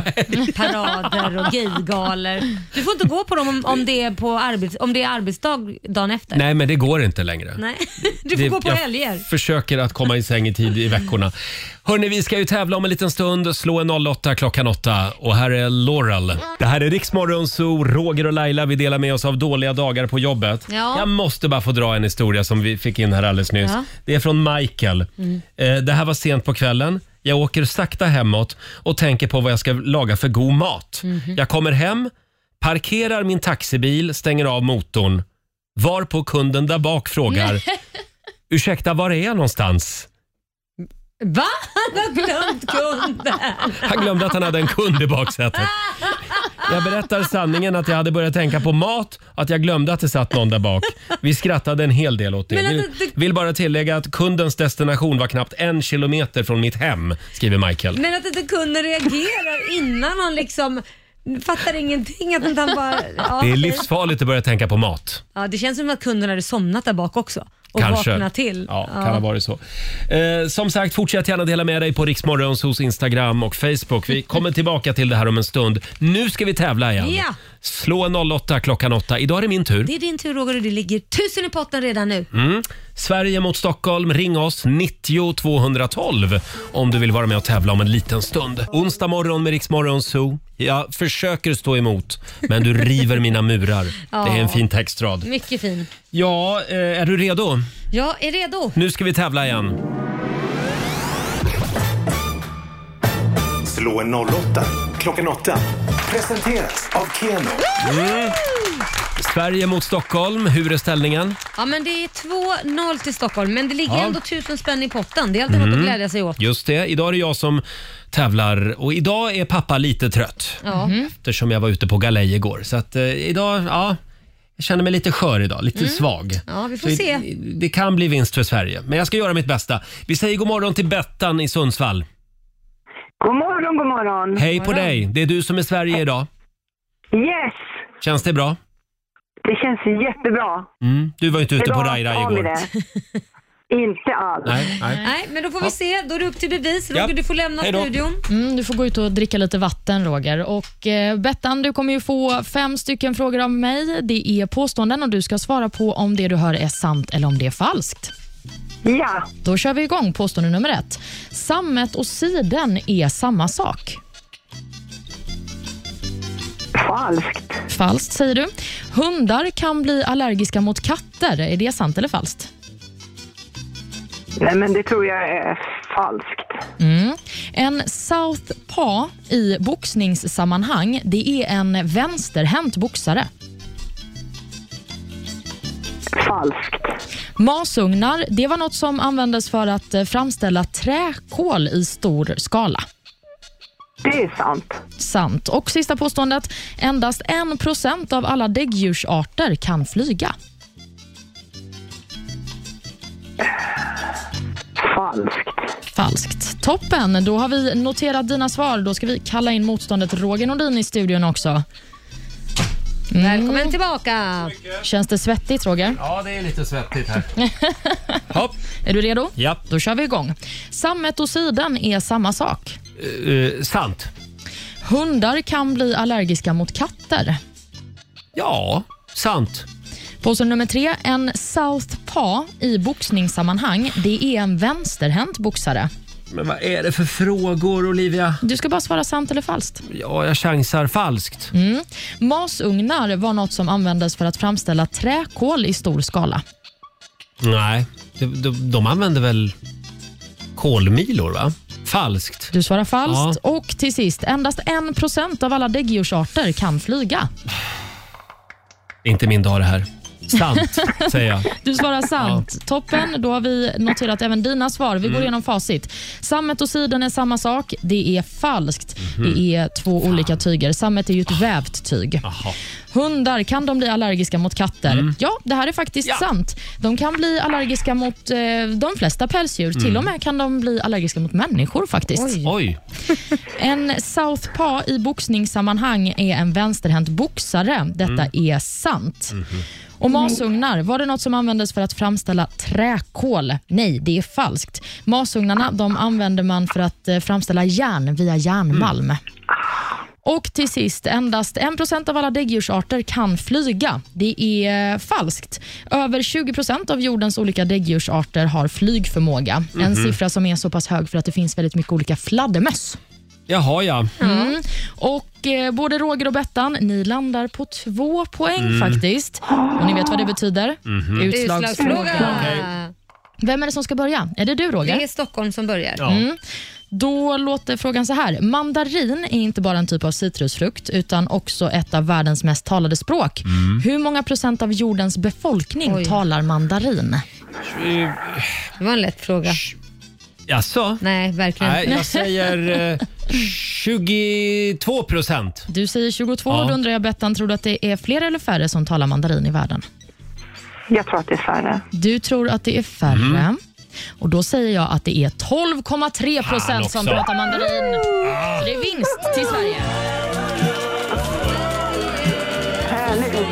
parader och gaygaler. Du får inte gå på dem om, om, det, är på arbets, om det är arbetsdag dagen efter. Nej, men det går inte längre. Nej, du får det, gå på helger. Jag försöker att komma i säng i tid i veckorna. Hörrni, vi ska ju tävla om en liten stund. Slå en noll åtta klockan åtta. Och här är Laurel. Det här är Riksmorgon Zoo. Roger och Laila, vi delar med oss av dåliga dagar på jobbet. Ja. Jag måste bara få dra en historia som vi fick in här alldeles nyss. Ja. Det är från Michael. Mm. Det här var sent på kvällen. Jag åker sakta hemåt och tänker på vad jag ska laga för god mat. Mm-hmm. Jag kommer hem, parkerar min taxibil, stänger av motorn. Varpå kunden där bak frågar, ursäkta, var är jag någonstans? Va? Han har glömt kunden. Han glömde att han hade en kund i baksätet. Jag berättar sanningen att jag hade börjat tänka på mat, att jag glömde att det satt någon där bak. Vi skrattade en hel del åt det. Vill, vill bara tillägga att kundens destination var knappt en kilometer från mitt hem, skriver Michael. Men att inte kunden reagerar innan han liksom fattar ingenting. Att inte han bara, ja. Det är livsfarligt att börja tänka på mat. Ja, det känns som att kunden hade somnat där bak också. Och Kanske. vakna till. Ja, kan ja. ha varit så. Eh, som sagt, fortsätt gärna dela med dig på Riksmorgons hos Instagram och Facebook. Vi kommer tillbaka till det här om en stund. Nu ska vi tävla igen. Ja. Slå en noll åtta klockan åtta. Idag är det min tur. Det är din tur Roger och det ligger tusen i potten redan nu. Mm. Sverige mot Stockholm. Ring oss nittio tvåhundratolv om du vill vara med och tävla om en liten stund. Onsdag morgon med Riksmorgon Zoo. Jag försöker stå emot, men du river mina murar. Ja. Det är en fin textrad. Mycket fin. Ja, är du redo? Jag är redo. Nu ska vi tävla igen. Slå en noll åtta klockan åtta. Presenteras av Keno. Mm. Sverige mot Stockholm. Hur är ställningen? Ja, men det är två noll till Stockholm, men det ligger ja. ändå tusen spänn i potten. Det är alltid mm. något att glädja sig åt. Just det. Idag är det jag som tävlar och idag är pappa lite trött. Ja. Eftersom jag var ute på galej igår. Så att eh, idag, ja... Jag känner mig lite skör idag, lite Mm. svag. Ja, vi får Så se. Det, det kan bli vinst för Sverige, men jag ska göra mitt bästa. Vi säger god morgon till Bettan i Sundsvall. God morgon, god morgon. Hej på dig, det är du som är Sverige idag. Yes, Känns det bra? det känns jättebra. Mm. Du var ju inte ute på Idag Rai Rai tar vi igår. det. Inte alls. Nej, nej. Nej, men då får vi se. Då är det upp till bevis. Roger, Ja. du får lämna Hej då. studion. Mm, du får gå ut och dricka lite vatten, Roger. Och eh, Bettan, du kommer ju få fem stycken frågor av mig. Det är påståenden och du ska svara på om det du hör är sant eller om det är falskt. Ja. Då kör vi igång. Påstående nummer ett. Sammet och siden är samma sak. Falskt. Falskt, säger du. Hundar kan bli allergiska mot katter. Är det sant eller falskt? Nej, men det tror jag är falskt. Mm. En southpaw i boxningssammanhang, det är en vänsterhänt boxare. Falskt. Masugnar, det var något som användes för att eh, framställa träkol i stor skala. Det är sant. Sant. Och sista påståendet, endast en procent av alla däggdjursarter kan flyga. Falskt. Falskt. Toppen, då har vi noterat dina svar. Då ska vi kalla in motståndet Roger Nordin i studion också. Mm. Välkommen tillbaka. Känns det svettigt, Roger? Ja, det är lite svettigt här. Hopp. Är du redo? Ja. Då kör vi igång. Sammet och siden är samma sak. Uh, sant. Hundar kan bli allergiska mot katter. Ja, sant. Påstående nummer tre. En southpaw i boxningssammanhang, det är en vänsterhänt boxare. Men vad är det för frågor, Olivia? Du ska bara svara sant eller falskt. Ja, jag chansar falskt. Mm. Masugnar var något som användes för att framställa träkol i stor skala. Nej, de, de, de använder väl kolmilor, va? Falskt. Du svarar falskt. Ja. Och till sist, endast en procent av alla däggdjursarter kan flyga. Inte min dag det här. Sant, säger jag. Du svarar sant. Ja. Toppen, då har vi noterat även dina svar. Vi mm. går igenom facit. Sammet och siden är samma sak. Det är falskt. Mm. Det är två Fan. olika tyger. Sammet är ju ett oh. vävt tyg. Aha. Hundar, kan de bli allergiska mot katter? Mm. Ja, det här är faktiskt ja. sant. De kan bli allergiska mot eh, de flesta pälsdjur. Mm. Till och med kan de bli allergiska mot människor faktiskt. Oj. Oj. En southpaw i boxningssammanhang är en vänsterhänt boxare. Detta mm. är sant. Mm. Och masugnar, var det något som användes för att framställa träkol? Nej, det är falskt. Masugnarna, de använder man för att eh, framställa järn via järnmalm. Mm. Och till sist, endast en procent av alla däggdjursarter kan flyga. Det är eh, falskt. Över tjugo procent av jordens olika däggdjursarter har flygförmåga. Mm-hmm. En siffra som är så pass hög för att det finns väldigt mycket olika fladdermöss. Jaha, ja. Mm. Och eh, både Roger och Bettan, ni landar på två poäng mm. faktiskt. Och ni vet vad det betyder? Mm-hmm. Utslagsfråga. Okay. Vem är det som ska börja? Är det du, Roger? Det är Stockholm som börjar. Ja. Mm. Då låter frågan så här. Mandarin är inte bara en typ av citrusfrukt utan också ett av världens mest talade språk. Mm. Hur många procent av jordens befolkning Oj. talar mandarin? Det var en lätt fråga. Jaså? Nej, verkligen. Nej, jag säger eh, tjugotvå procent. Du säger tjugotvå, ja. Då undrar jag, Bettan, tror du att det är fler eller färre som talar mandarin i världen? Jag tror att det är färre. Du tror att det är färre. Mm. Och då säger jag att det är tolv komma tre procent som pratar mandarin. Ah. Så det är vinst till Sverige. Härligt.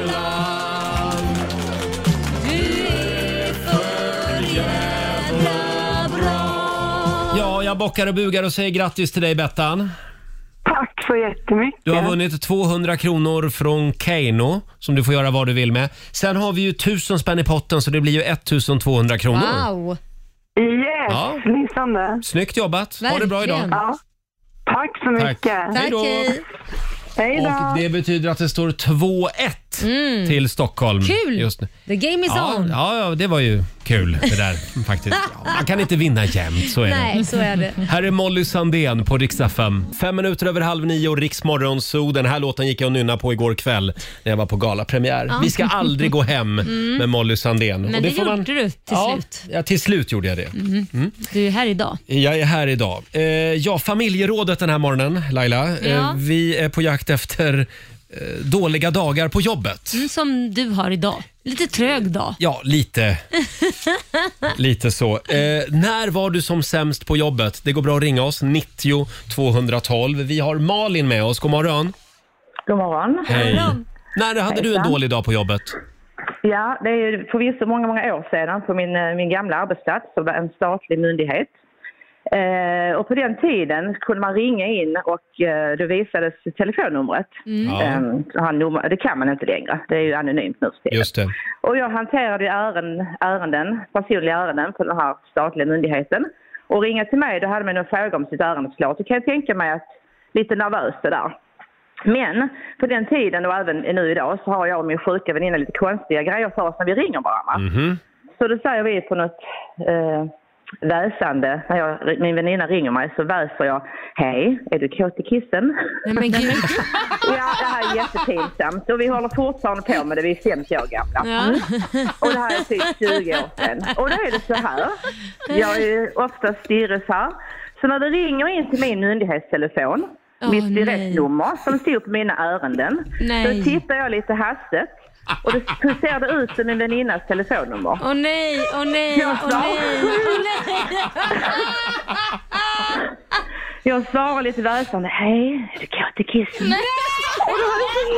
Ja, jag bockar och bugar och säger grattis till dig, Bettan. Tack så jättemycket. Du har vunnit tvåhundra kronor från Keino som du får göra vad du vill med. Sen har vi ju tusen spänn i potten så det blir ju ettusentvåhundra kronor. Wow. Yes, ja. Lysande. Snyggt jobbat. Verkligen. Ha det bra idag. Ja. Tack så mycket. Tack. Hej då. Hej då. Och det betyder att det står två ett mm. till Stockholm. Kul. Just nu. The game is ja, on. Ja, ja, det var ju kul det där faktiskt. Ja, man kan inte vinna jämt, så är Nej, det. så är det. Här är Molly Sandén på Rix F M. Fem minuter över halv nio och Rix Morgon Zoo. Den här låten gick jag och nynna på igår kväll när jag var på galapremiär. Ja. Vi ska aldrig gå hem mm. med Molly Sandén. Men och det, det får gjorde man... du till ja, slut. Ja, till slut gjorde jag det. Mm. Mm. Du är här idag. Jag är här idag. Eh, ja, familjerådet den här morgonen, Laila. Ja. Eh, vi är på jakt efter eh, dåliga dagar på jobbet. Mm, som du har idag. Lite trög dag. Ja, lite. Lite så. Eh, när var du som sämst på jobbet? Det går bra att ringa oss, nittio tvåhundratolv. Vi har Malin med oss. God morgon. God morgon. Hej. När hade du en dålig dag på jobbet? Ja, det är ju förvisso många, många år sedan på min, min gamla arbetsplats, som var en statlig myndighet. Eh, och på den tiden kunde man ringa in och eh, det visades telefonnumret. Mm. Eh, han nummer, det kan man inte längre. Det är ju anonymt nu. Just det. Och jag hanterade ärenden, ärenden, personliga ärenden på den här statliga myndigheten. Och ringa till mig, då hade man någon fråga om sitt ärende klart. Så kan jag tänka mig att lite nervöst det där. Men på den tiden och även nu idag så har jag och min sjuka väninna lite konstiga grejer för oss när vi ringer varandra. Mm-hmm. Så då säger vi på något eh, väsande, när jag, min väninna ringer mig så väser jag: hej, är du kåt i kissen? Nej men gud. Ja, det här är jättepinsamt och vi håller fortfarande på med det, vi är femtio år gamla. Ja. Mm. Och det här är typ tjugo år sedan. Och då är det så här, jag är ofta stirrig här. Så när det ringer in till min myndighetstelefon, Oh, mitt direktnummer som stod på mina ärenden. Nej. Så tittar jag lite hastigt och då ser det ut som min väninnas telefonnummer. Åh oh, nej, åh oh, nej, åh oh, nej, åh nej. Jag svarar lite väsande: hej, är du kåt i kissen? Nej. Och då var det så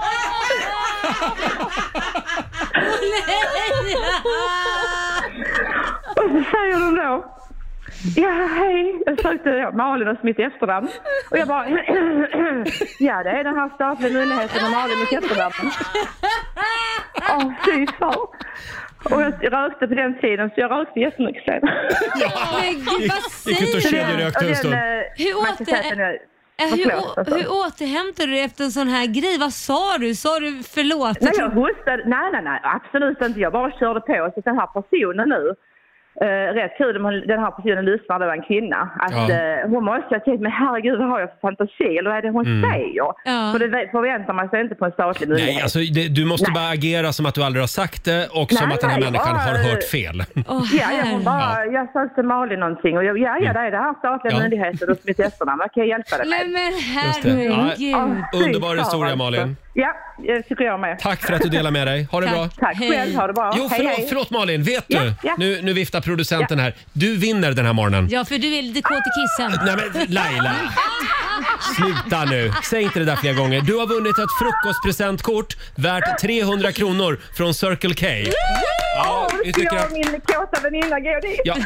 och så säger de då: ja, hej. Jag sökte Malin och mitt efternamn. Och jag bara: ja, det är den här statliga myndigheten och Malin mitt efternamn. Åh, fy fan. Och jag rökte på den tiden, så jag rökte jättemycket sen. Ja, men gud, vad säger gick ut och du? kedjerökte en stund. Hur åter... Hur, hur återhämtar du efter en sån här grej? Vad sa du? Sa du förlåt? Nej, jag hostade. Nej, nej, nej. Absolut inte. Jag bara körde på. Så den här personen nu, Uh, rätt kul om den här personen lyssnar, det var en kvinna. Att ja. uh, hon måste ha tänkt, men herregud, vad har jag för fantasi? Eller vad är det hon mm. säger? Ja. För det förväntar man sig inte på en statlig myndighet. Nej, alltså det, du måste nej. bara agera som att du aldrig har sagt det och nej, som att den här nej, människan bara, har hört fel. Oh, ja, jag, bara, ja. jag sa till Malin någonting och jag, ja, ja, det är det här statliga ja. myndigheter och mitt efternamn. Vad kan jag hjälpa dig med? Nej, men herregud. Ja. Underbar historia, Malin. Ja, jag tycker jag med. Tack för att du delar med dig. Ha det tack. bra. Tack själv, ha det bra. Jo, förlåt, hej, förlåt Malin. Vet du? Ja, ja. Nu, nu viftar producenten ja. här. Du vinner den här morgonen. Ja, för du är lite kåt i kissen. Nej men Laila. Sluta nu. Säg inte det där flera gånger. Du har vunnit ett frukostpresentkort värt trehundra kronor från Circle K. Ja, vi tycker jag och min kåta väninna går dit. Ja.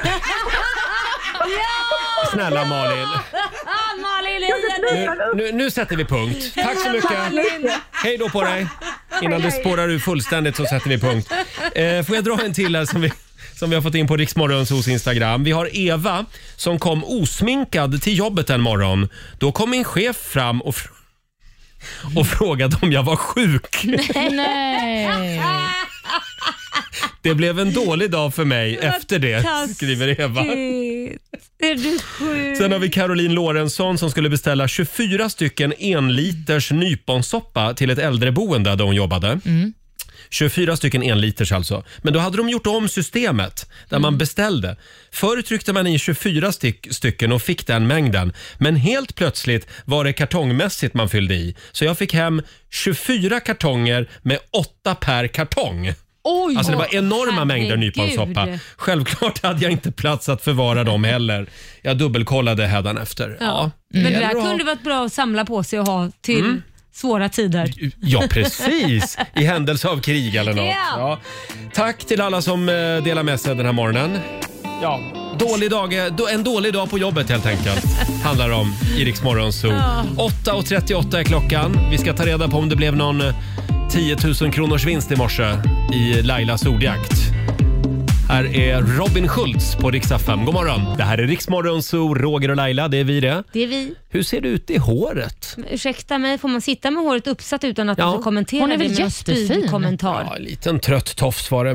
Snälla Malin. Malin nu, nu, nu sätter vi punkt. Tack så mycket. Hej då på dig. Innan det spårar ur fullständigt så sätter vi punkt. Eh, får jag dra en till här som vi, som vi har fått in på Riksmorgons hos Instagram. Vi har Eva som kom osminkad till jobbet en morgon. Då kom min chef fram och, fr- och frågade om jag var sjuk. Nej. Det blev en dålig dag för mig efter det, skriver Eva. Är du sjuk? Sen har vi Caroline Lorentzon som skulle beställa tjugofyra stycken enliters nyponsoppa till ett äldreboende där hon jobbade. Mm. tjugofyra stycken enliters alltså. Men då hade de gjort om systemet där mm. man beställde. Förr tryckte man i tjugofyra styck, stycken och fick den mängden. Men helt plötsligt var det kartongmässigt man fyllde i. Så jag fick hem tjugofyra kartonger med åtta per kartong. Oj, alltså det var enorma herregud. mängder nyponsoppa. Självklart hade jag inte plats att förvara dem heller. Jag dubbelkollade hädanefter. Ja. Ja. Men det där kunde varit bra att samla på sig och ha till mm. svåra tider. Ja, precis. I händelse av krig eller något. Ja. Ja. Tack till alla som delar med sig den här morgonen. Ja, dålig dag, en dålig dag på jobbet helt enkelt. Handlar om i Riksmorgon Zoo. Ja. åtta och trettioåtta är klockan. Vi ska ta reda på om det blev någon tio tusen kronors vinst i morse i Lailas ordjakt. Här är Robin Schultz på Rix F M. God morgon. Det här är Riksmorgon Zoo, Roger och Laila, det är vi det. Det är vi. Hur ser det ut i håret? Ursäkta mig, får man sitta med håret uppsatt utan att ja. man får kommentera? Hon är väl jättefin kommentar? Ja, en liten trött tofs var det, men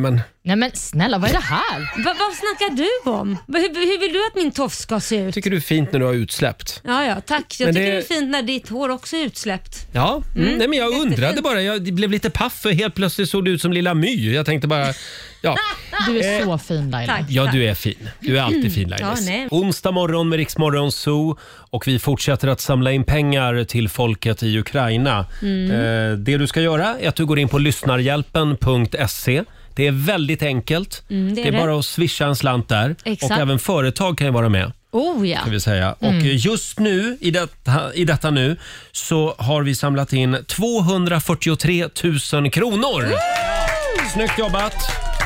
Nej men snälla, vad är det här? Va, vad snackar du om? Hur, hur vill du att min tofs ska se ut? Tycker du är fint när du har utsläppt? Ja, ja, tack. Jag Men tycker det- det är fint när ditt hår också är utsläppt. Ja, mm. Mm. Nej, men jag undrade Jättefint. bara. Jag blev lite paff för helt plötsligt såg du ut som lilla My. Jag tänkte bara, ja. Du är så fin Laila. Tack. Ja, du är fin. Du är alltid fin, Laila. Ja, nej. Onsdag morgon med Rix Morgon Zoo och vi fortsätter att samla in pengar till folket i Ukraina. Mm. Eh, det du ska göra är att du går in på lyssnarhjälpen punkt se. Det är väldigt enkelt. Mm, det är det är det. bara att swisha en slant där. Exakt. Och även företag kan ju vara med. Oh ja. Ska vi säga. Mm. Och just nu, i detta, i detta nu, så har vi samlat in tvåhundrafyrtiotre tusen kronor. Snyggt jobbat!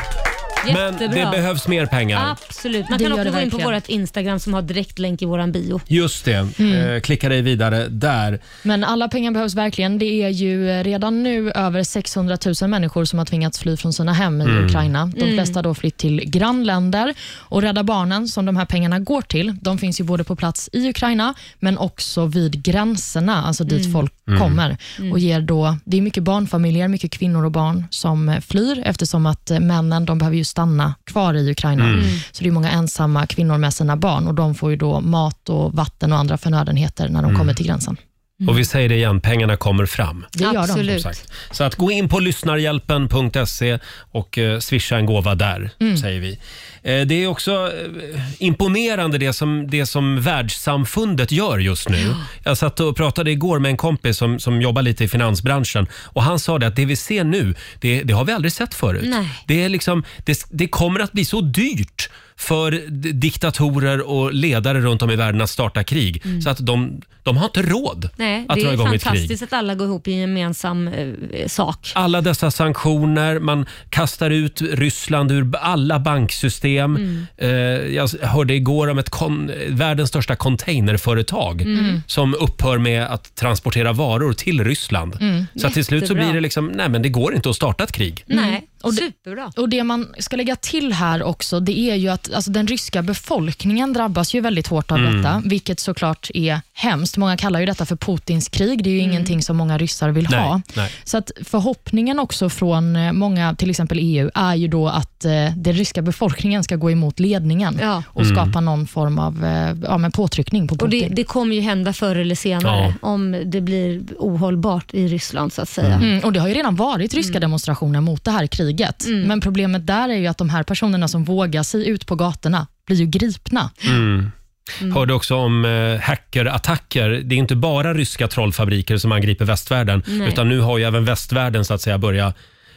Men Jättebra. det behövs mer pengar. Absolut. Man Det kan gör också det gå in på verkligen. vårt Instagram som har direktlänk i våran bio. Just det. Mm. Eh, klicka dig vidare där. Men alla pengar behövs verkligen. Det är ju redan nu över sexhundratusen människor som har tvingats fly från sina hem i Mm. Ukraina. De Mm. flesta har då flytt till grannländer. Och Rädda Barnen, som de här pengarna går till, de finns ju både på plats i Ukraina men också vid gränserna, alltså dit Mm. folk Mm. kommer. Mm. Och ger då, det är mycket barnfamiljer, mycket kvinnor och barn som eh, flyr eftersom att eh, männen, de behöver ju stanna kvar i Ukraina. Mm. Så det är många ensamma kvinnor med sina barn och de får ju då mat och vatten och andra förnödenheter när de Mm. kommer till gränsen. Och vi säger det igen, pengarna kommer fram. Det gör de. Absolut. Som sagt. Så att gå in på lyssnarhjälpen punkt se och eh, swisha en gåva där, Mm. säger vi. Eh, det är också eh, imponerande det som, det som världssamfundet gör just nu. Jag satt och pratade igår med en kompis som, som jobbar lite i finansbranschen och han sa det att det vi ser nu, det, det har vi aldrig sett förut. Nej. Det, är liksom, det, det kommer att bli så dyrt för d- diktatorer och ledare runt om i världen att starta krig. Mm. Så att de, de har inte råd Nej, att det dra är igång ett krig. fantastiskt att alla går ihop i en gemensam eh, sak. Alla dessa sanktioner, man kastar ut Ryssland ur alla banksystem. Mm. Eh, jag hörde igår om ett kon- världens största containerföretag Mm. som upphör med att transportera varor till Ryssland. Mm. Så att till slut så Jättebra. blir det liksom, nej men det går inte att starta ett krig. Nej, Och det- superbra. Och det man ska lägga till här också, det är ju att alltså, den ryska befolkningen drabbas ju väldigt hårt av Mm. detta, vilket såklart är hemskt. Många kallar ju detta för Putins krig. Det är ju Mm. ingenting som många ryssar vill Nej, ha. nej. Så att förhoppningen också från eh, många, till exempel E U, är ju då att eh, den ryska befolkningen ska gå emot ledningen Ja. och Mm. skapa någon form av eh, ja, men påtryckning på Och Putin. det, det kommer ju hända förr eller senare Ja. om det blir ohållbart i Ryssland så att säga. Mm, och det har ju redan varit ryska demonstrationer mot det här kriget. Mm. Men problemet där är ju att de här personerna som vågar sig ut på gatorna blir ju gripna. Mm. Hörde också om eh, hackerattacker. Det är inte bara ryska trollfabriker som angriper västvärlden, Nej. utan nu har ju även västvärlden så att säga börjat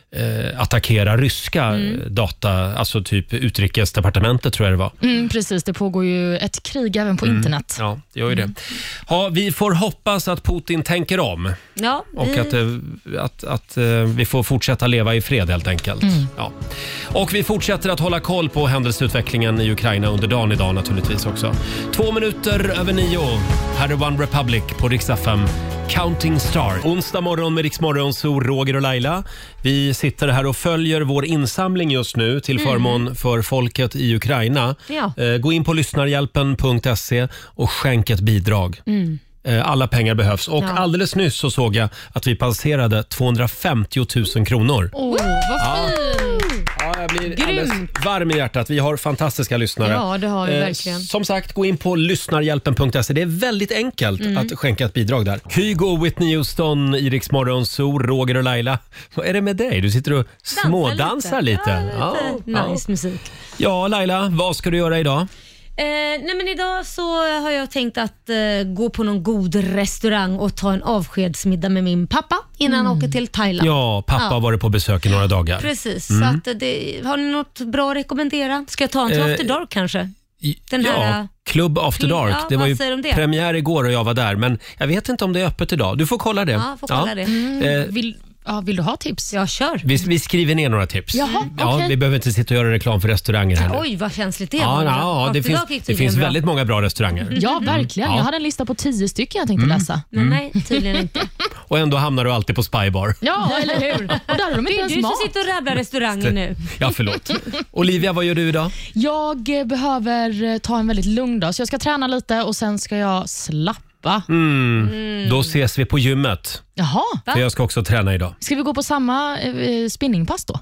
eh, attackera ryska Mm. eh, data, alltså typ utrikesdepartementet tror jag det var. Mm, precis, det pågår ju ett krig även på Mm. internet. Ja, det gör ju det. Ja, vi får hoppas att Putin tänker om Ja, och vi- att, eh, att, att eh, vi får fortsätta leva i fred helt enkelt. Mm. Ja. Och vi fortsätter att hålla koll på händelseutvecklingen i Ukraina under dagen idag naturligtvis också. Två minuter över nio. Här är One Republic på Rix F M. Counting Star. Onsdag morgon med Rix Morgon, så Roger och Laila. Vi sitter här och följer vår insamling just nu till Mm. förmån för folket i Ukraina. Ja. Eh, Gå in på lyssnarhjälpen punkt se och skänk ett bidrag. Mm. Eh, Alla pengar behövs. Och Ja. alldeles nyss så såg jag att vi passerade tvåhundrafemtio tusen kronor. Åh, vad Ja. fint! Ja, jag blir Grymt. alldeles varm i hjärtat. Vi har fantastiska lyssnare. Ja, det har vi Eh, verkligen. Som sagt, gå in på lyssnarhjälpen punkt se. Det är väldigt enkelt Mm. att skänka ett bidrag där. Kygo och Whitney Houston, i Rix Morgon Zoo, Roger och Laila. Vad är det med dig? Du sitter och smådansar lite. Ja, Ja, lite ja. nice musik. Ja, Laila, vad ska du göra idag? Eh, nej men idag så har jag tänkt att eh, gå på någon god restaurang och ta en avskedsmiddag med min pappa innan han åker till Thailand. Ja, pappa har varit på besök i några dagar. Precis, Mm. så att det, har ni något bra att rekommendera? Ska jag ta en till Eh, After Dark kanske? I- Den ja, här, Club After Club- Dark. ja, det var vad ju säger du om det? premiär igår och jag var där, men jag vet inte om det är öppet idag. Du får kolla det. Ja, får kolla det. Mm, Eh, vill, ja, vill du ha tips? Jag kör. Vi, vi skriver ner några tips. Jaha, Ja, okej. vi behöver inte sitta och göra reklam för restauranger här nu. Oj, vad känsligt det Ja, var. ja, det After finns, Dark gick det tydligen finns bra. väldigt många bra restauranger. Ja, verkligen. Ja. Jag hade en lista på tio stycken jag tänkte Mm. läsa. Men nej, tydligen inte. Och ändå hamnar du alltid på Spybar. Ja, eller hur? Och där har de Det inte är ens du som mat. sitter och rabblar restauranger nu. Ja, förlåt. Olivia, vad gör du idag? Jag eh, behöver eh, ta en väldigt lugn dag, så jag ska träna lite och sen ska jag slappa. Mm. Då ses vi på gymmet. Jaha, För jag ska också träna idag. ska vi gå på samma eh, spinningpass då?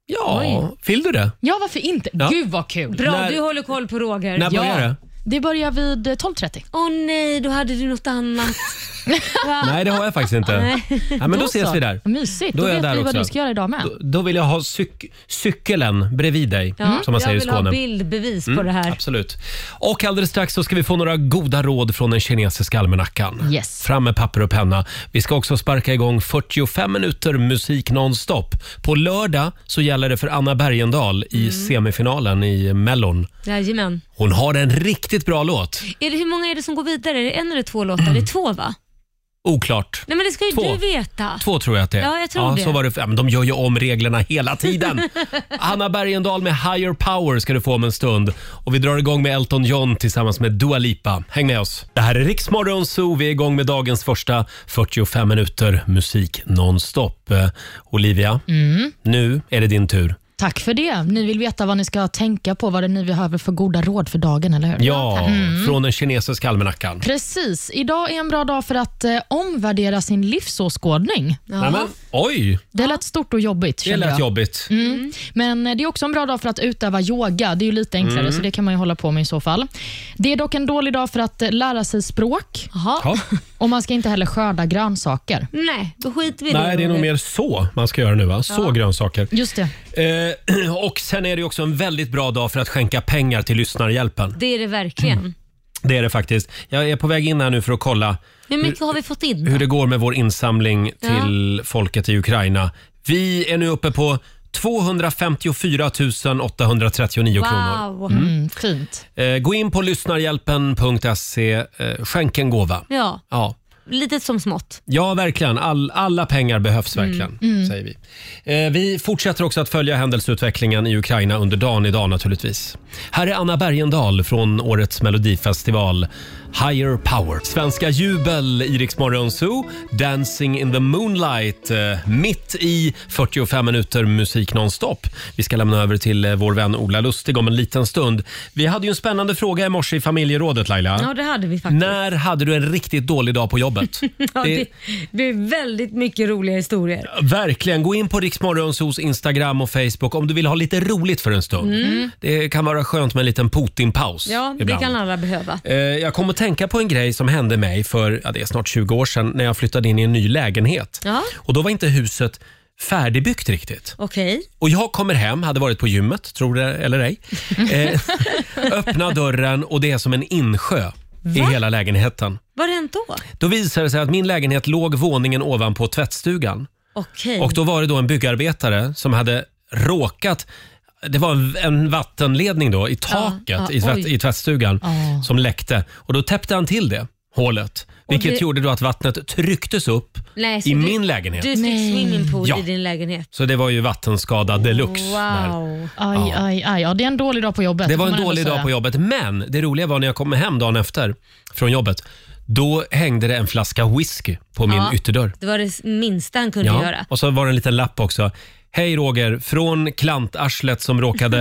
Ja, Oj. vill du det? Ja, varför inte? Ja. Gud vad kul. Bra, När- du håller koll på Roger. När börjar det? Det börjar vid tolv trettio. Åh nej, då hade du något annat. Va? Nej, det har jag faktiskt inte. Nej. Ja, men då, Då ses så. vi där. Mysigt. Då Då, är jag vet där vi vad också. du ska göra idag med. Då, då vill jag ha cyk- cykeln bredvid dig, Ja, som man säger i jag vill ha Skåne. bildbevis på Mm, det här. Absolut. Och alldeles strax så ska vi få några goda råd från den kinesiska almanackan. Yes. Fram med papper och penna. Vi ska också sparka igång fyrtiofem minuter musik nonstop. På lördag så gäller det för Anna Bergendahl i Mm. semifinalen i Mellon. Jajamän. Hon har en riktigt bra låt. Är det, hur många är det som går vidare? Är det en eller två låtar? Det är två va? Oklart. Nej men det ska ju Två. du veta. Två tror jag att det är. Ja, jag tror det. Så var det. Ja, men de gör ju om reglerna hela tiden. Anna Bergendahl med Higher Power ska du få om en stund. Och vi drar igång med Elton John tillsammans med Dua Lipa. Häng med oss. Det här är Rix Morgon Zoo. Vi är igång med dagens första fyrtiofem minuter musik nonstop. Eh, Olivia, Mm. nu är det din tur. Tack för det. Ni vill veta vad ni ska tänka på, vad det är ni behöver för goda råd för dagen, eller hur? Ja, Mm. från den kinesiska almanackan. Precis. Idag är en bra dag för att eh, omvärdera sin livsåskådning. Nej, men, oj, Det lät stort och jobbigt. det kände lät jag. jobbigt. Mm. Men eh, det är också en bra dag för att utöva yoga. Det är ju lite enklare, Mm. så det kan man ju hålla på med i så fall. Det är dock en dålig dag för att eh, lära sig språk. Ja. Och man ska inte heller skörda grönsaker. Nej, då skiter vi i Nej, det är nog Roger. mer så man ska göra nu, va? Så Ja. grönsaker. Just det. Eh, och sen är det också en väldigt bra dag för att skänka pengar till Lyssnarhjälpen. Det är det verkligen. Det är det faktiskt. Jag är på väg in här nu för att kolla Hur mycket har vi fått in? hur det går med vår insamling Ja. till folket i Ukraina. Vi är nu uppe på tvåhundrafemtiofyra tusen åttahundratrettionio kronor. Wow. Mm, fint. Eh, gå in på lyssnarhjälpen punkt se, eh, skänk en gåva. Ja, Ja. litet som smått. Ja, verkligen. All, alla pengar behövs verkligen, Mm. Mm. säger vi. Eh, vi fortsätter också att följa händelseutvecklingen i Ukraina under dagen idag naturligtvis. Här är Anna Bergendahl från årets Melodifestival. Higher Power. Svenska jubel i Rix Morgon Zoo. Dancing in the Moonlight. Eh, mitt i fyrtiofem minuter musik nonstop. Vi ska lämna över till eh, vår vän Ola Lustig om en liten stund. Vi hade ju en spännande fråga i morse i familjerådet, Laila. Ja, det hade vi faktiskt. När hade du en riktigt dålig dag på jobbet? Ja, Det- det, det är väldigt mycket roliga historier. Verkligen. Gå in på Rix Morgon Zoos Instagram och Facebook om du vill ha lite roligt för en stund. Mm. Det kan vara skönt med en liten Putin-paus. Ja, det ibland. kan alla behöva. Eh, Jag kom att tänka på en grej som hände mig för ja, det är snart tjugo år sedan när jag flyttade in i en ny lägenhet. Ja, Och då var inte huset färdigbyggt riktigt. okej. Och jag kommer hem, hade varit på gymmet, tror det eller ej. Eh, öppna dörren och det är som en insjö i hela lägenheten. Vad har hänt då? Då visade det sig att min lägenhet låg våningen ovanpå tvättstugan. Okej. Och då var det då en byggarbetare som hade råkat. Det var en, en vattenledning då i taket ja, i, tvätt, oj. i tvättstugan Ja. som läckte. Och då täppte han till det hålet. Vilket det- gjorde då att vattnet trycktes upp Nej, så i du, min lägenhet. Du fick Nej. swimmingpool Ja. i din lägenhet. Så det var ju vattenskada deluxe. Där. Wow. Aj, aj, aj. Ja, det är en dålig dag på jobbet. Det får var en man ändå dålig dag säga. på jobbet. Men det roliga var när jag kom hem dagen efter från jobbet. Då hängde det en flaska whisky på min Ja. ytterdörr. Det var det minsta han kunde göra. Och så var det en liten lapp också. Hej Roger, från klantarslet som råkade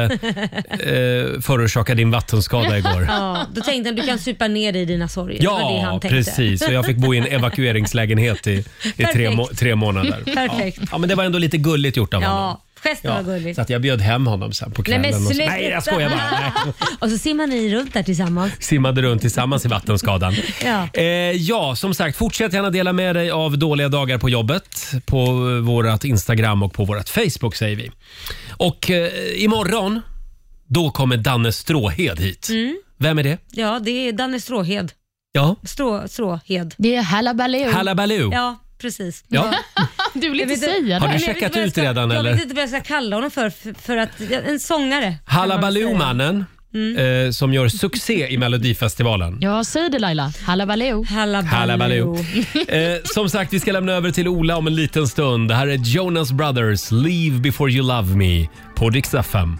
eh, förorsaka din vattenskada igår. Ja, då tänkte han du kan supa ner dig i dina sorger. Det var det Ja, han tänkte. precis. Och jag fick bo i en evakueringslägenhet i, i tre, må- tre månader. Perfekt. Ja. Ja, men det var ändå lite gulligt gjort av honom. Ja, gesten var gullig. Så att jag bjöd hem honom sen på Nej kvällen. men och så, sluta. nej jag skojar bara. Nej. Och så simmar ni runt där tillsammans. Simmade runt tillsammans i vattenskadan. Ja. Eh, ja, som sagt, fortsätt gärna dela med dig av dåliga dagar på jobbet på vårt Instagram och på vårt Facebook säger vi. Och eh, imorgon, då kommer Danne Stråhed hit. Mm. Vem är det? Ja, det är Danne Stråhed. Ja, Strå, Stråhed. Det är Hallabaloo. Hallabaloo. Ja, precis. Ja. Du vill Jag inte vet säga Har det. du Men jag vet checkat inte vad jag ut ska- redan, Jag eller? vet inte vad jag ska kalla honom för, för, för att, en sångare. kan man säga. Hallabaloo-mannen eh, som gör succé i Melodifestivalen. Ja, säg det Laila. Hallabaloo. Hallabaloo. Hallabaloo. Eh, som sagt, vi ska lämna över till Ola om en liten stund. Det här är Jonas Brothers, Leave before you love me på Rix F M.